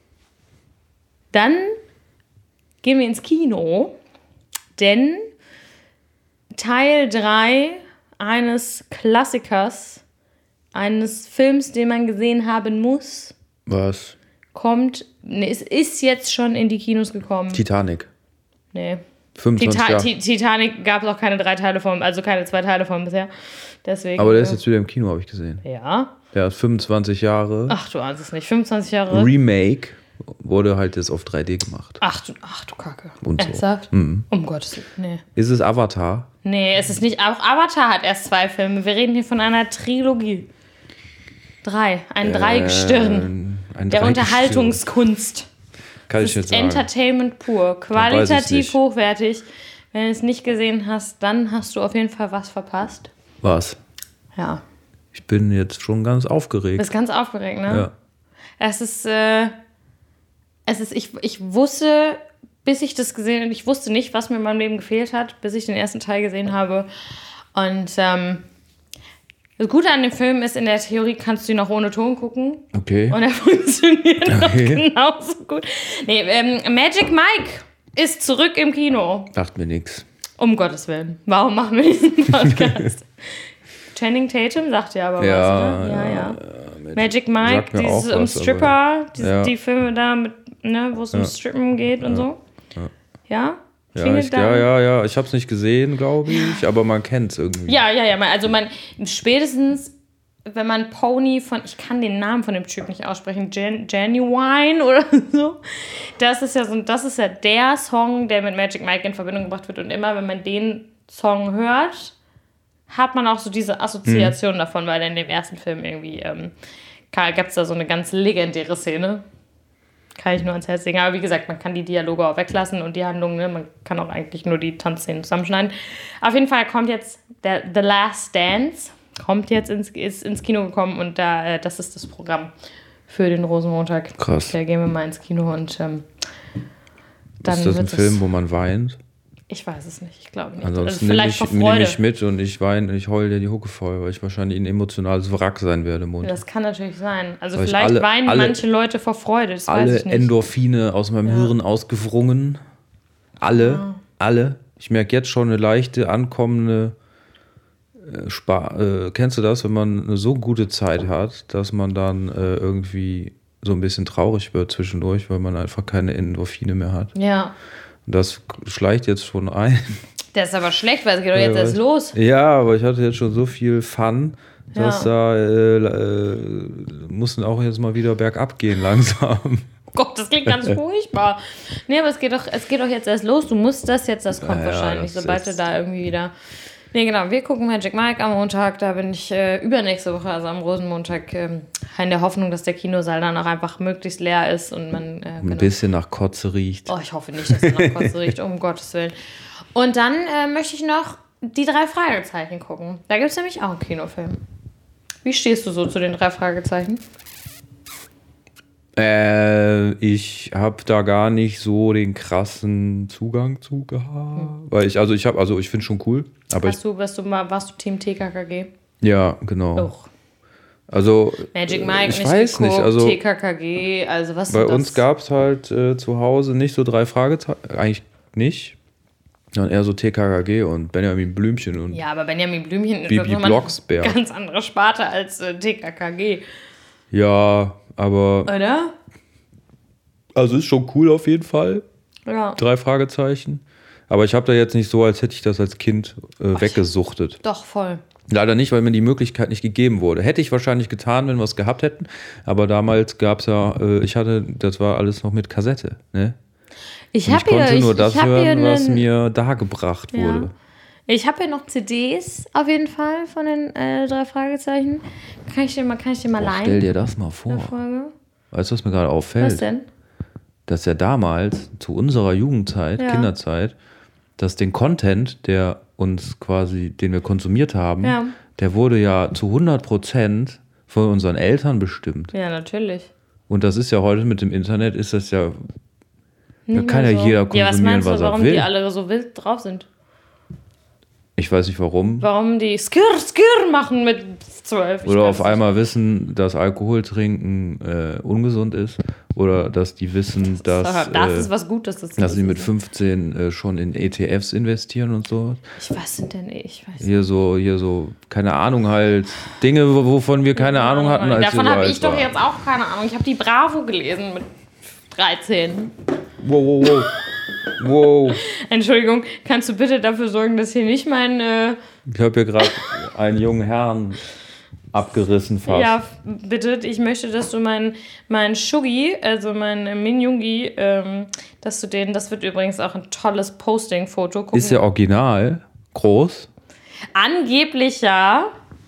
[SPEAKER 2] dann gehen wir ins Kino, denn Teil drei eines Klassikers, eines Films, den man gesehen haben muss,
[SPEAKER 1] Was?
[SPEAKER 2] kommt, ne, es ist jetzt schon in die Kinos gekommen.
[SPEAKER 1] Titanic.
[SPEAKER 2] Nee.
[SPEAKER 1] fünfundzwanzig
[SPEAKER 2] Tita-
[SPEAKER 1] Jahre.
[SPEAKER 2] Ti- Titanic gab es auch keine drei Teile von, also keine zwei Teile von bisher. Deswegen,
[SPEAKER 1] Aber der ist
[SPEAKER 2] äh,
[SPEAKER 1] jetzt wieder im Kino, habe ich gesehen.
[SPEAKER 2] ja.
[SPEAKER 1] Der ist fünfundzwanzig Jahre.
[SPEAKER 2] Ach, du ahnst es nicht. fünfundzwanzig Jahre.
[SPEAKER 1] Remake wurde halt jetzt auf drei D gemacht.
[SPEAKER 2] Ach du, ach du Kacke.
[SPEAKER 1] Und so.
[SPEAKER 2] Ernsthaft?
[SPEAKER 1] Mhm.
[SPEAKER 2] Um Gottes Willen. Nee.
[SPEAKER 1] Ist es Avatar?
[SPEAKER 2] Nee, es ist nicht. Auch Avatar hat erst zwei Filme. Wir reden hier von einer Trilogie. Drei. Ein Dreigestirn.
[SPEAKER 1] Äh, ein
[SPEAKER 2] Der
[SPEAKER 1] Dreigestirn.
[SPEAKER 2] Unterhaltungskunst.
[SPEAKER 1] Kann
[SPEAKER 2] Das
[SPEAKER 1] ich jetzt
[SPEAKER 2] ist
[SPEAKER 1] sagen.
[SPEAKER 2] Entertainment pur.
[SPEAKER 1] weiß ich
[SPEAKER 2] Qualitativ
[SPEAKER 1] nicht.
[SPEAKER 2] hochwertig. Wenn du es nicht gesehen hast, dann hast du auf jeden Fall was verpasst.
[SPEAKER 1] Was?
[SPEAKER 2] Ja.
[SPEAKER 1] Ich bin jetzt schon ganz
[SPEAKER 2] Du
[SPEAKER 1] aufgeregt.
[SPEAKER 2] bist ganz aufgeregt, ne?
[SPEAKER 1] Ja.
[SPEAKER 2] Es ist, äh, es ist, ich, ich wusste, bis ich das gesehen habe, ich wusste nicht, was mir in meinem Leben gefehlt hat, bis ich den ersten Teil gesehen habe. Und ähm, das Gute an dem Film ist, in der Theorie kannst du ihn auch ohne Ton gucken.
[SPEAKER 1] Okay.
[SPEAKER 2] Und er funktioniert noch
[SPEAKER 1] Okay.
[SPEAKER 2] genauso gut. Nee, ähm, Magic Mike ist zurück im Kino.
[SPEAKER 1] Dachte mir nix.
[SPEAKER 2] Um Gottes Willen. Warum machen wir diesen Podcast? Channing Tatum sagt ja aber
[SPEAKER 1] Ja,
[SPEAKER 2] was, ne? Ja,
[SPEAKER 1] ja,
[SPEAKER 2] ja.
[SPEAKER 1] ja.
[SPEAKER 2] Magic Mike,
[SPEAKER 1] Sagt mir
[SPEAKER 2] dieses
[SPEAKER 1] auch
[SPEAKER 2] um
[SPEAKER 1] was, aber-
[SPEAKER 2] Stripper, diese,
[SPEAKER 1] Ja.
[SPEAKER 2] die Filme da, mit, ne, wo es
[SPEAKER 1] Ja.
[SPEAKER 2] um Strippen geht und so.
[SPEAKER 1] Ja.
[SPEAKER 2] Ja?
[SPEAKER 1] Ja,
[SPEAKER 2] Klingelt
[SPEAKER 1] ich,
[SPEAKER 2] da?
[SPEAKER 1] ja, ja, ja. Ich hab's nicht gesehen, glaube ich, aber man kennt's irgendwie.
[SPEAKER 2] Ja, ja, ja. man- Also man, spätestens, wenn man Pony von, ich kann den Namen von dem Typ nicht aussprechen, Gen, Genuine oder so. Das ist ja so, das ist ja der Song, der mit Magic Mike in Verbindung gebracht wird. Und immer, wenn man den Song hört, hat man auch so diese Assoziation hm. davon, weil in dem ersten Film irgendwie ähm, gab es da so eine ganz legendäre Szene. Kann ich nur ans Herz legen. Aber wie gesagt, man kann die Dialoge auch weglassen und die Handlungen, ne? Man kann auch eigentlich nur die Tanzszenen zusammenschneiden. Auf jeden Fall kommt jetzt der The Last Dance, kommt jetzt ins, ist ins Kino gekommen und da, äh, das ist das Programm für den Rosenmontag.
[SPEAKER 1] Krass.
[SPEAKER 2] Da gehen wir mal ins Kino und ähm, dann
[SPEAKER 1] ist das ein
[SPEAKER 2] wird
[SPEAKER 1] Film, wo man weint?
[SPEAKER 2] Ich weiß es nicht, ich glaube nicht.
[SPEAKER 1] Ansonsten
[SPEAKER 2] also
[SPEAKER 1] nehme ich, nehm ich mit und ich weine, ich heule dir die Hucke voll, weil ich wahrscheinlich ein emotionales Wrack sein werde im Mund.
[SPEAKER 2] Das kann natürlich sein. Also
[SPEAKER 1] weil
[SPEAKER 2] vielleicht
[SPEAKER 1] alle,
[SPEAKER 2] weinen
[SPEAKER 1] alle,
[SPEAKER 2] manche Leute vor Freude, das
[SPEAKER 1] alle
[SPEAKER 2] weiß ich nicht.
[SPEAKER 1] Endorphine aus meinem ja. Hirn ausgewrungen. Alle, ja. alle. Ich merke jetzt schon eine leichte, ankommende äh, Spar äh, kennst du das, wenn man eine so gute Zeit hat, dass man dann äh, irgendwie so ein bisschen traurig wird zwischendurch, weil man einfach keine Endorphine mehr hat.
[SPEAKER 2] Ja.
[SPEAKER 1] Das schleicht jetzt schon ein.
[SPEAKER 2] Das ist aber schlecht, weil es geht doch jetzt
[SPEAKER 1] ja,
[SPEAKER 2] erst los.
[SPEAKER 1] Ja, aber ich hatte jetzt schon so viel Fun, dass ja. da äh, äh, mussten auch jetzt mal wieder bergab gehen langsam.
[SPEAKER 2] Oh Gott, das klingt ganz furchtbar. Nee, aber es geht, doch, es geht doch jetzt erst los. Du musst das jetzt, das kommt ja, wahrscheinlich, das sobald du da irgendwie wieder... Nee, genau, wir gucken Magic Mike am Montag. Da bin ich äh, übernächste Woche, also am Rosenmontag, äh, in der Hoffnung, dass der Kinosaal dann auch einfach möglichst leer ist und man äh,
[SPEAKER 1] ein bisschen nach Kotze riecht.
[SPEAKER 2] Oh, ich hoffe nicht, dass es nach Kotze riecht, um Gottes Willen. Und dann äh, möchte ich noch die drei Fragezeichen gucken. Da gibt es nämlich auch einen Kinofilm. Wie stehst du so zu den drei Fragezeichen?
[SPEAKER 1] Äh, ich habe da gar nicht so den krassen Zugang zu gehabt. Hm. Weil ich, also ich habe, also ich finde schon cool. Aber
[SPEAKER 2] Hast du, warst du mal, warst du Team T K K G?
[SPEAKER 1] Ja, genau.
[SPEAKER 2] Och.
[SPEAKER 1] Also,
[SPEAKER 2] Magic Mike,
[SPEAKER 1] ich
[SPEAKER 2] nicht
[SPEAKER 1] weiß
[SPEAKER 2] geguckt,
[SPEAKER 1] nicht, also
[SPEAKER 2] T K K G, also was
[SPEAKER 1] bei
[SPEAKER 2] ist das?
[SPEAKER 1] uns gab es halt äh, zu Hause nicht so drei Fragezeichen, eigentlich nicht, sondern eher so T K K G und Benjamin Blümchen und
[SPEAKER 2] ja, aber Benjamin Blümchen ist
[SPEAKER 1] Bibi Blocksberg.
[SPEAKER 2] Eine ganz andere Sparte als äh, T K K G.
[SPEAKER 1] Ja, aber
[SPEAKER 2] oder?
[SPEAKER 1] Also ist schon cool auf jeden Fall.
[SPEAKER 2] Ja.
[SPEAKER 1] Drei Fragezeichen. Aber ich habe da jetzt nicht so, als hätte ich das als Kind äh, Ach, weggesuchtet.
[SPEAKER 2] Doch, voll.
[SPEAKER 1] Leider nicht, weil mir die Möglichkeit nicht gegeben wurde. Hätte ich wahrscheinlich getan, wenn wir es gehabt hätten. Aber damals gab es ja, äh, ich hatte, das war alles noch mit Kassette. Ne?
[SPEAKER 2] Ich,
[SPEAKER 1] ich
[SPEAKER 2] hab
[SPEAKER 1] konnte
[SPEAKER 2] hier,
[SPEAKER 1] nur
[SPEAKER 2] ich,
[SPEAKER 1] das
[SPEAKER 2] ich
[SPEAKER 1] hören,
[SPEAKER 2] hier
[SPEAKER 1] was
[SPEAKER 2] einen,
[SPEAKER 1] mir dargebracht
[SPEAKER 2] ja.
[SPEAKER 1] wurde.
[SPEAKER 2] Ich habe hier noch C Ds auf jeden Fall von den äh, drei Fragezeichen. Kann ich dir mal, kann ich dir mal leihen?
[SPEAKER 1] Stell dir das mal vor. Weißt du, was mir gerade auffällt?
[SPEAKER 2] Was denn?
[SPEAKER 1] Dass ja damals, zu unserer Jugendzeit, ja. Kinderzeit, dass den Content, der uns quasi, den wir konsumiert haben, ja. der wurde ja zu hundert Prozent von unseren Eltern bestimmt.
[SPEAKER 2] Ja, natürlich.
[SPEAKER 1] Und das ist ja heute mit dem Internet, ist das ja, da kann ja
[SPEAKER 2] so.
[SPEAKER 1] jeder konsumieren,
[SPEAKER 2] ja, was, meinst du,
[SPEAKER 1] was er
[SPEAKER 2] warum
[SPEAKER 1] will.
[SPEAKER 2] Die alle so wild drauf sind?
[SPEAKER 1] Ich weiß nicht warum.
[SPEAKER 2] Warum die Skir, Skir machen mit zwölf.
[SPEAKER 1] Oder auf einmal wissen, dass Alkohol trinken äh, ungesund ist. Oder dass die wissen,
[SPEAKER 2] das
[SPEAKER 1] dass,
[SPEAKER 2] ist, das
[SPEAKER 1] äh,
[SPEAKER 2] ist was Gutes, das
[SPEAKER 1] dass sie mit fünfzehn äh, schon in E T Fs investieren und so.
[SPEAKER 2] Ich was sind denn, ich weiß
[SPEAKER 1] Hier
[SPEAKER 2] nicht.
[SPEAKER 1] so, hier so, keine Ahnung halt, Dinge, wovon wir keine ja, Ahnung hatten. Als
[SPEAKER 2] davon habe ich
[SPEAKER 1] war.
[SPEAKER 2] doch jetzt auch keine Ahnung. Ich habe die Bravo gelesen mit dreizehn.
[SPEAKER 1] Wow, wow, wow. Wow.
[SPEAKER 2] Entschuldigung, kannst du bitte dafür sorgen, dass hier nicht mein... Äh
[SPEAKER 1] ich habe hier gerade einen jungen Herrn abgerissen fast.
[SPEAKER 2] Ja, bitte. Ich möchte, dass du meinen mein Shuggi, also mein Minjungi, ähm, dass du den... Das wird übrigens auch ein tolles Posting-Foto. Gucken.
[SPEAKER 1] Ist ja original, groß.
[SPEAKER 2] Angeblich ja.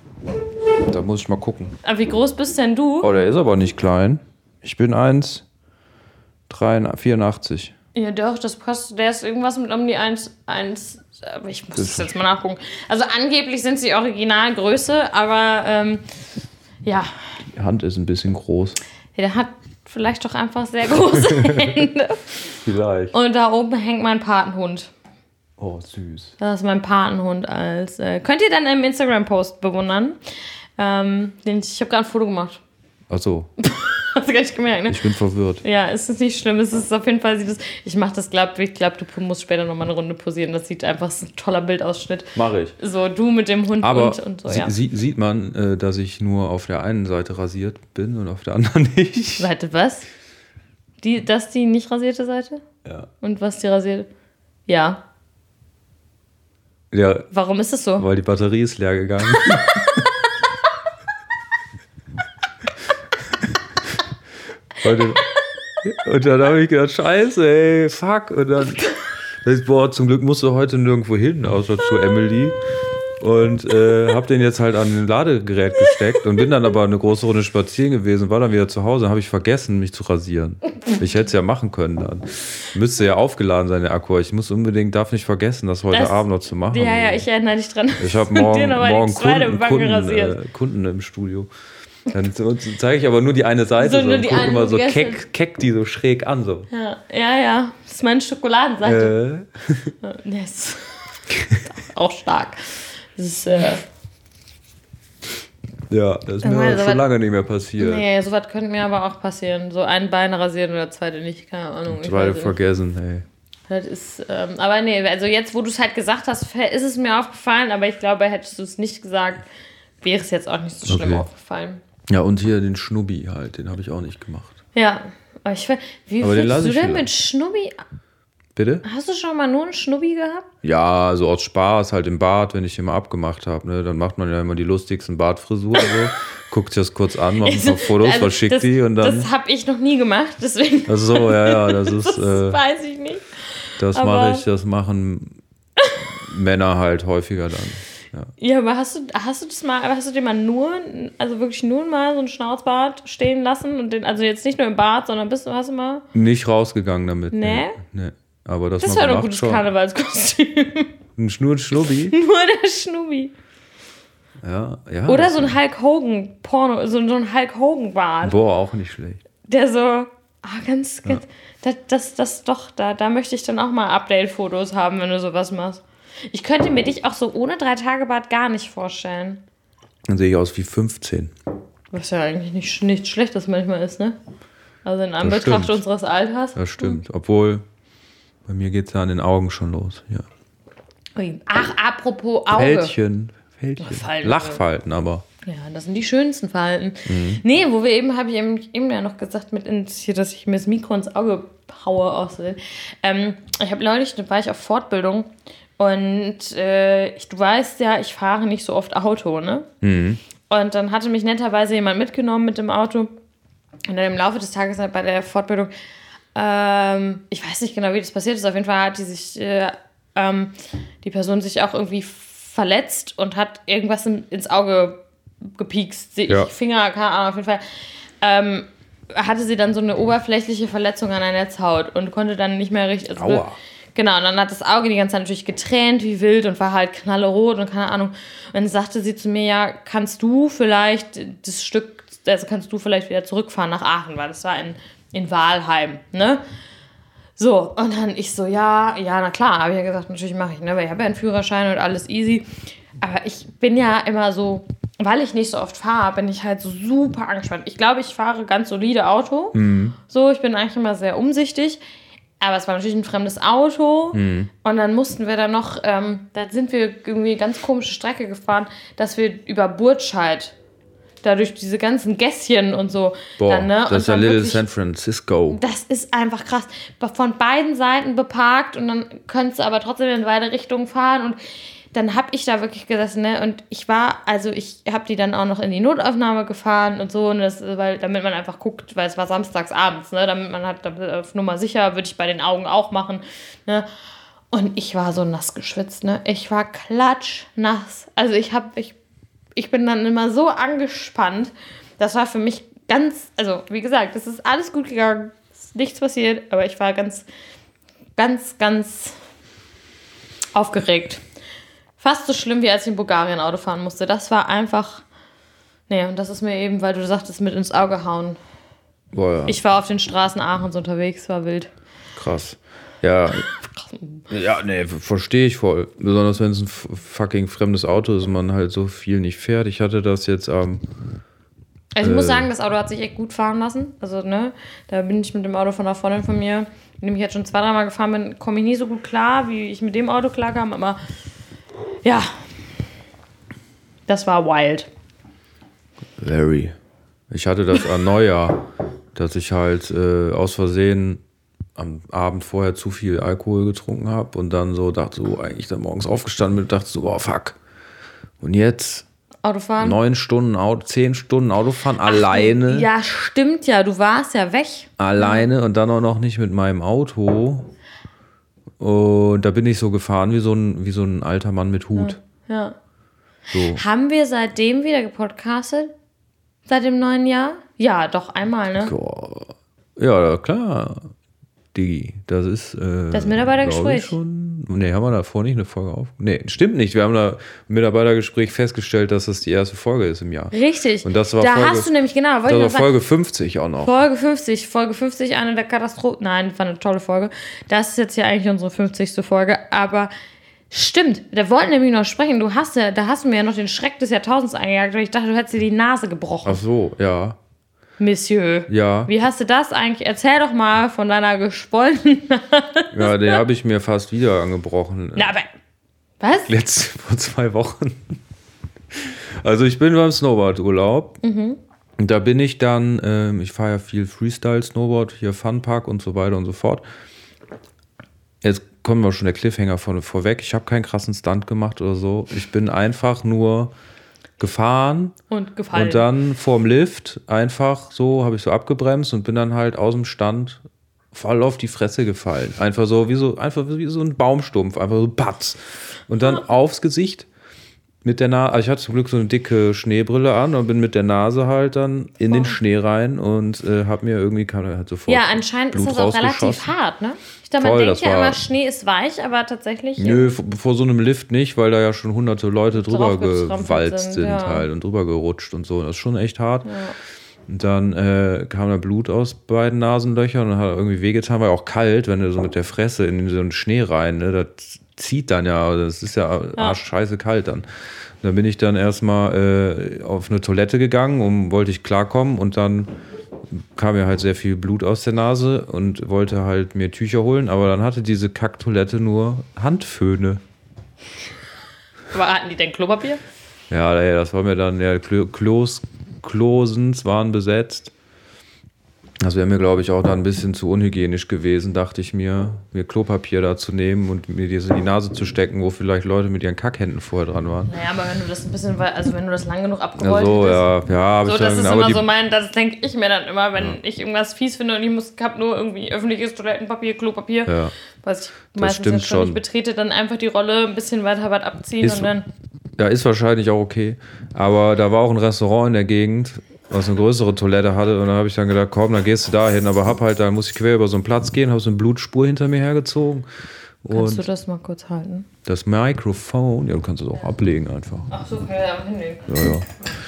[SPEAKER 1] Da muss ich mal gucken.
[SPEAKER 2] Aber wie groß bist denn du?
[SPEAKER 1] Oh, der ist aber nicht klein. Ich bin eins Komma vierundachtzig.
[SPEAKER 2] Ja, doch, das passt. Der ist irgendwas mit um die eins, eins, aber ich muss das jetzt mal nachgucken. Also angeblich sind sie Originalgröße, aber ähm, ja.
[SPEAKER 1] Die Hand ist ein bisschen groß.
[SPEAKER 2] Ja, der hat vielleicht doch einfach sehr große Hände.
[SPEAKER 1] Vielleicht.
[SPEAKER 2] Und da oben hängt mein Patenhund.
[SPEAKER 1] Oh, süß.
[SPEAKER 2] Das ist mein Patenhund als. Äh, könnt ihr dann im Instagram-Post bewundern. Ähm, den, ich habe gerade ein Foto gemacht.
[SPEAKER 1] Ach so.
[SPEAKER 2] Hast du gar nicht gemerkt, ne?
[SPEAKER 1] Ich bin verwirrt.
[SPEAKER 2] Ja, es ist nicht schlimm. Es ist auf jeden Fall, sieht es, ich mache das, glaube ich, glaube, du musst später nochmal eine Runde posieren. Das sieht einfach, ist ein toller Bildausschnitt.
[SPEAKER 1] Mache ich.
[SPEAKER 2] So, du mit dem Hund
[SPEAKER 1] aber
[SPEAKER 2] und, und so,
[SPEAKER 1] sie,
[SPEAKER 2] ja.
[SPEAKER 1] Sie, sieht man, äh, dass ich nur auf der einen Seite rasiert bin und auf der anderen nicht.
[SPEAKER 2] Warte, was? Die, das die nicht rasierte Seite?
[SPEAKER 1] Ja.
[SPEAKER 2] Und was die rasierte? Ja.
[SPEAKER 1] Ja.
[SPEAKER 2] Warum ist das so?
[SPEAKER 1] Weil die Batterie ist leer gegangen. Und, und dann habe ich gedacht, scheiße, ey, fuck. Und dann, boah, zum Glück musst du heute nirgendwo hin, außer zu Emily. Und äh, hab den jetzt halt an ein Ladegerät gesteckt und bin dann aber eine große Runde spazieren gewesen, war dann wieder zu Hause, habe ich vergessen, mich zu rasieren. Ich hätte es ja machen können dann. Müsste ja aufgeladen sein, der Akku. Ich muss unbedingt, darf nicht vergessen, das heute
[SPEAKER 2] Das-
[SPEAKER 1] Abend noch zu machen.
[SPEAKER 2] Ja, ja, ich erinnere dich dran.
[SPEAKER 1] Ich habe morgen,
[SPEAKER 2] Dir noch mal die
[SPEAKER 1] morgen
[SPEAKER 2] zweite
[SPEAKER 1] Kunden,
[SPEAKER 2] Wange
[SPEAKER 1] Kunden,
[SPEAKER 2] rasiert.
[SPEAKER 1] äh, Kunden im Studio. Dann zeige ich aber nur die eine Seite
[SPEAKER 2] So,
[SPEAKER 1] so,
[SPEAKER 2] nur
[SPEAKER 1] und
[SPEAKER 2] die
[SPEAKER 1] gucke
[SPEAKER 2] eine,
[SPEAKER 1] immer so
[SPEAKER 2] die gestern-
[SPEAKER 1] keck, keck die so schräg an. So.
[SPEAKER 2] Ja, ja, ja. Das ist meine Schokoladenseite.
[SPEAKER 1] Äh,
[SPEAKER 2] Äh. Das ist auch stark. Das ist, äh,
[SPEAKER 1] ja, das ist mir
[SPEAKER 2] meine,
[SPEAKER 1] auch
[SPEAKER 2] so
[SPEAKER 1] schon
[SPEAKER 2] was-
[SPEAKER 1] lange nicht mehr passiert.
[SPEAKER 2] nee, sowas könnte mir aber auch passieren. So ein Bein rasieren oder zweite nicht, keine Ahnung. Ich
[SPEAKER 1] Zweite
[SPEAKER 2] weiß nicht.
[SPEAKER 1] vergessen, ey.
[SPEAKER 2] Das ist, ähm, aber nee, also jetzt, wo du es halt gesagt hast, ist es mir aufgefallen, aber ich glaube, hättest du es nicht gesagt, wäre es jetzt auch nicht so schlimm
[SPEAKER 1] Okay.
[SPEAKER 2] aufgefallen.
[SPEAKER 1] Ja, und hier den Schnubbi halt, den habe ich auch nicht gemacht.
[SPEAKER 2] Ja, aber ich find, wie
[SPEAKER 1] Aber den
[SPEAKER 2] fühlst
[SPEAKER 1] lasse
[SPEAKER 2] du
[SPEAKER 1] ich
[SPEAKER 2] denn
[SPEAKER 1] wieder.
[SPEAKER 2] mit Schnubbi?
[SPEAKER 1] Bitte?
[SPEAKER 2] Hast du schon mal nur einen Schnubbi gehabt?
[SPEAKER 1] Ja, so aus Spaß, halt im Bad, wenn ich immer abgemacht habe. Ne? Dann macht man ja immer die lustigsten Bartfrisuren so. Guckt sich das kurz an, macht ein paar Fotos,
[SPEAKER 2] Also,
[SPEAKER 1] verschickt
[SPEAKER 2] das,
[SPEAKER 1] die und dann.
[SPEAKER 2] Das habe ich noch nie gemacht, deswegen.
[SPEAKER 1] Ach so, ja, ja, das ist.
[SPEAKER 2] das
[SPEAKER 1] Äh,
[SPEAKER 2] weiß ich nicht.
[SPEAKER 1] das
[SPEAKER 2] aber-
[SPEAKER 1] mache ich, das machen Männer halt häufiger dann. Ja.
[SPEAKER 2] Ja, aber hast du, hast du das mal, hast du dir mal nur, also wirklich nur mal so einen Schnauzbart stehen lassen und den, also jetzt nicht nur im Bad, sondern bist du, hast du mal?
[SPEAKER 1] Nicht rausgegangen damit.
[SPEAKER 2] Nee?
[SPEAKER 1] Nee. Aber das,
[SPEAKER 2] Das
[SPEAKER 1] mal
[SPEAKER 2] war doch ein
[SPEAKER 1] gemacht
[SPEAKER 2] gutes
[SPEAKER 1] schon.
[SPEAKER 2] Karnevalskostüm.
[SPEAKER 1] Ein Schnur und Schnubbi.
[SPEAKER 2] Nur der Schnubbi.
[SPEAKER 1] Ja, ja.
[SPEAKER 2] Oder
[SPEAKER 1] das-
[SPEAKER 2] so ein Hulk Hogan Porno, so, so ein Hulk Hogan Bart,
[SPEAKER 1] Boah, auch nicht schlecht.
[SPEAKER 2] der so, ah, ganz, ganz, das, das, das doch, da, da möchte ich dann auch mal Update-Fotos haben, wenn du sowas machst. Ich könnte mir dich auch so ohne Drei-Tage-Bart gar nicht vorstellen.
[SPEAKER 1] Dann sehe ich aus wie fünfzehn.
[SPEAKER 2] Was ja eigentlich nicht, nicht Schlechtes manchmal ist, ne? Also in
[SPEAKER 1] Das
[SPEAKER 2] Anbetracht
[SPEAKER 1] stimmt.
[SPEAKER 2] unseres Alters.
[SPEAKER 1] Das stimmt. Obwohl, bei mir geht es ja an den Augen schon los. Ja.
[SPEAKER 2] Ui. Ach, apropos Auge.
[SPEAKER 1] Fältchen. Fältchen.
[SPEAKER 2] Falten.
[SPEAKER 1] Lachfalten aber.
[SPEAKER 2] Ja, das sind die schönsten Falten.
[SPEAKER 1] Mhm.
[SPEAKER 2] Nee, wo wir eben, habe ich eben, eben ja noch gesagt, mit ins, hier, dass ich mir das Mikro ins Auge haue aussehen. Ähm, ich habe neulich, da war ich auf Fortbildung und äh, ich, du weißt ja, ich fahre nicht so oft Auto, ne?
[SPEAKER 1] Mhm.
[SPEAKER 2] Und dann hatte mich netterweise jemand mitgenommen mit dem Auto. Und dann im Laufe des Tages halt bei der Fortbildung, ähm, ich weiß nicht genau, wie das passiert ist, auf jeden Fall hat die sich, äh, ähm, die Person sich auch irgendwie verletzt und hat irgendwas in, ins Auge gepiekst. Sie,
[SPEAKER 1] Ja.
[SPEAKER 2] Finger, keine Ahnung, auf jeden Fall. Ähm, hatte sie dann so eine oberflächliche Verletzung an der Netzhaut und konnte dann nicht mehr richtig. Also,
[SPEAKER 1] Aua.
[SPEAKER 2] Genau, und dann hat das Auge die ganze Zeit natürlich getränt wie wild und war halt knallerot und keine Ahnung. Und dann sagte sie zu mir, ja, kannst du vielleicht das Stück, also kannst du vielleicht wieder zurückfahren nach Aachen, weil das war in, in Walheim, ne? So, und dann ich so, ja, ja, na klar, habe ich ja gesagt, natürlich mache ich, ne, weil ich habe ja einen Führerschein und alles easy. Aber ich bin ja immer so, weil ich nicht so oft fahre, bin ich halt so super angespannt. Ich glaube, ich fahre ganz solide Auto.
[SPEAKER 1] Mhm.
[SPEAKER 2] So, ich bin eigentlich immer sehr umsichtig. Aber es war natürlich ein fremdes Auto.
[SPEAKER 1] Mhm.
[SPEAKER 2] Und dann mussten wir dann noch, ähm, da sind wir irgendwie eine ganz komische Strecke gefahren, dass wir über Burtscheid, da durch diese ganzen Gässchen und so.
[SPEAKER 1] Boah,
[SPEAKER 2] dann, ne?
[SPEAKER 1] das
[SPEAKER 2] und
[SPEAKER 1] ist ja
[SPEAKER 2] dann
[SPEAKER 1] Little
[SPEAKER 2] wirklich-
[SPEAKER 1] San Francisco.
[SPEAKER 2] Das ist einfach krass. Von beiden Seiten beparkt und dann könntest du aber trotzdem in beide Richtungen fahren. Und dann habe ich da wirklich gesessen, ne? Und ich war, also ich habe die dann auch noch in die Notaufnahme gefahren und so, und das, weil, damit man einfach guckt, weil es war samstags abends, ne? Damit man hat, damit auf Nummer sicher, würde ich bei den Augen auch machen, ne? Und ich war so nass geschwitzt, ne? Ich war klatschnass. Also ich habe, ich, ich bin dann immer so angespannt. Das war für mich ganz, also wie gesagt, das ist alles gut gegangen, ist nichts passiert, aber ich war ganz, ganz, ganz aufgeregt. Fast so schlimm, wie als ich in Bulgarien Auto fahren musste. Das war einfach, nee, und das ist mir eben, weil du sagtest, mit ins Auge hauen.
[SPEAKER 1] Boah, ja.
[SPEAKER 2] Ich war auf den Straßen Aachens unterwegs, war wild.
[SPEAKER 1] Krass. Ja, ja, nee, verstehe ich voll. Besonders wenn es ein f- fucking fremdes Auto ist und man halt so viel nicht fährt. Ich hatte das jetzt am...
[SPEAKER 2] Also ich muss
[SPEAKER 1] Äh.
[SPEAKER 2] sagen, das Auto hat sich echt gut fahren lassen. Also, ne, da bin ich mit dem Auto von einer Freundin von mir, mit dem ich jetzt schon zwei, dreimal gefahren bin, komme ich nie so gut klar, wie ich mit dem Auto klarkam. Aber ja, das war wild.
[SPEAKER 1] Very. Ich hatte das an Neujahr, dass ich halt äh, aus Versehen am Abend vorher zu viel Alkohol getrunken habe und dann so dachte so, eigentlich dann morgens aufgestanden bin und dachte so, oh fuck. Und jetzt
[SPEAKER 2] Autofahren?
[SPEAKER 1] neun Stunden Auto, zehn Stunden Autofahren alleine.
[SPEAKER 2] Ja, stimmt ja, du warst ja weg.
[SPEAKER 1] Alleine und dann auch noch nicht mit meinem Auto. Und da bin ich so gefahren wie so ein, wie so ein alter Mann mit Hut.
[SPEAKER 2] Ja.
[SPEAKER 1] So.
[SPEAKER 2] Haben wir seitdem wieder gepodcastet? Seit dem neuen Jahr? Ja, doch, einmal, ne?
[SPEAKER 1] Boah. Ja, klar. Digi, das ist. Äh,
[SPEAKER 2] das Mitarbeitergespräch.
[SPEAKER 1] Schon, nee, haben wir davor nicht eine Folge auf? Nee, stimmt nicht. Wir haben da im Mitarbeitergespräch festgestellt, dass das die erste Folge ist im Jahr.
[SPEAKER 2] Richtig.
[SPEAKER 1] Und das war
[SPEAKER 2] da
[SPEAKER 1] Folge,
[SPEAKER 2] hast du nämlich, genau,
[SPEAKER 1] wollte das war Folge fünfzig auch noch.
[SPEAKER 2] Folge fünfzig, Folge fünfzig, eine der Katastrophen. Nein, das war eine tolle Folge. Das ist jetzt ja eigentlich unsere fünfzigste Folge, aber stimmt, da wollten nämlich noch sprechen. Du hast ja, da hast du mir ja noch den Schreck des Jahrtausends eingejagt, weil ich dachte, du hättest dir die Nase gebrochen.
[SPEAKER 1] Ach so, ja.
[SPEAKER 2] Monsieur.
[SPEAKER 1] Ja.
[SPEAKER 2] Wie hast du das eigentlich? Erzähl doch mal von deiner geschwollenen Nase.
[SPEAKER 1] Ja, den habe ich mir fast wieder angebrochen.
[SPEAKER 2] Na, aber was?
[SPEAKER 1] Letzt vor zwei Wochen. Also ich bin beim Snowboard-Urlaub. Mhm. Und da bin ich dann, ähm, ich fahre ja viel Freestyle-Snowboard, hier Funpark und so weiter und so fort. Jetzt kommen wir schon der Cliffhanger von vorweg. Ich habe keinen krassen Stunt gemacht oder so. Ich bin einfach nur gefahren
[SPEAKER 2] und gefallen.
[SPEAKER 1] Und dann vorm Lift einfach so, habe ich so abgebremst und bin dann halt aus dem Stand voll auf die Fresse gefallen. Einfach so wie so, einfach wie so ein Baumstumpf, einfach so patz. Und dann aufs Gesicht mit der Nase, also ich hatte zum Glück so eine dicke Schneebrille an und bin mit der Nase halt dann in oh. den Schnee rein und äh, hab mir irgendwie, kam halt sofort
[SPEAKER 2] Ja, anscheinend
[SPEAKER 1] Blut
[SPEAKER 2] ist das auch relativ hart, ne? Ich dachte, man
[SPEAKER 1] Voll,
[SPEAKER 2] denkt ja
[SPEAKER 1] war,
[SPEAKER 2] immer, Schnee ist weich, aber tatsächlich...
[SPEAKER 1] Nö, ja. vor so einem Lift nicht, weil da ja schon hunderte Leute drüber gewalzt sind, sind
[SPEAKER 2] ja.
[SPEAKER 1] halt und drüber gerutscht und so. Das ist schon echt hart.
[SPEAKER 2] Ja.
[SPEAKER 1] Und dann äh, kam da Blut aus beiden Nasenlöchern und hat irgendwie wehgetan, war ja auch kalt, wenn du so mit der Fresse in so einen Schnee rein, ne, das zieht dann ja, das ist ja arschscheiße kalt dann. Und dann bin ich dann erstmal äh, auf eine Toilette gegangen, um wollte ich klarkommen und dann kam mir halt sehr viel Blut aus der Nase und wollte halt mir Tücher holen, aber dann hatte diese Kacktoilette nur Handföhne.
[SPEAKER 2] Aber hatten die denn Klopapier?
[SPEAKER 1] Ja, das war mir dann, ja, Klos, Klosens waren besetzt. Das wäre mir, glaube ich, auch dann ein bisschen zu unhygienisch gewesen, dachte ich mir, mir Klopapier da zu nehmen und mir das in die Nase zu stecken, wo vielleicht Leute mit ihren Kackhänden vorher dran waren.
[SPEAKER 2] Naja, aber wenn du das ein bisschen, also wenn du das lang genug abgerollt
[SPEAKER 1] ja, so,
[SPEAKER 2] hättest.
[SPEAKER 1] Ja, ja,
[SPEAKER 2] so,
[SPEAKER 1] ich
[SPEAKER 2] das
[SPEAKER 1] dann,
[SPEAKER 2] ist immer
[SPEAKER 1] die,
[SPEAKER 2] so mein, das denke ich mir dann immer, wenn
[SPEAKER 1] ja.
[SPEAKER 2] ich irgendwas fies finde und ich muss, hab nur irgendwie öffentliches Toilettenpapier, Klopapier,
[SPEAKER 1] ja,
[SPEAKER 2] was ich meistens jetzt schon nicht betrete, dann einfach die Rolle ein bisschen weiter weit abziehen
[SPEAKER 1] ist,
[SPEAKER 2] und dann...
[SPEAKER 1] Ja, ist wahrscheinlich auch okay, aber da war auch ein Restaurant in der Gegend, was eine größere Toilette hatte und da habe ich dann gedacht, komm, dann gehst du da hin, aber hab halt, da muss ich quer über so einen Platz gehen, habe so eine Blutspur hinter mir hergezogen.
[SPEAKER 2] Kannst
[SPEAKER 1] und
[SPEAKER 2] du das mal kurz halten?
[SPEAKER 1] Das Mikrofon, ja, du kannst es auch ja. ablegen einfach.
[SPEAKER 2] Ach so, kann ich ja auch hinlegen.
[SPEAKER 1] Ja, ja.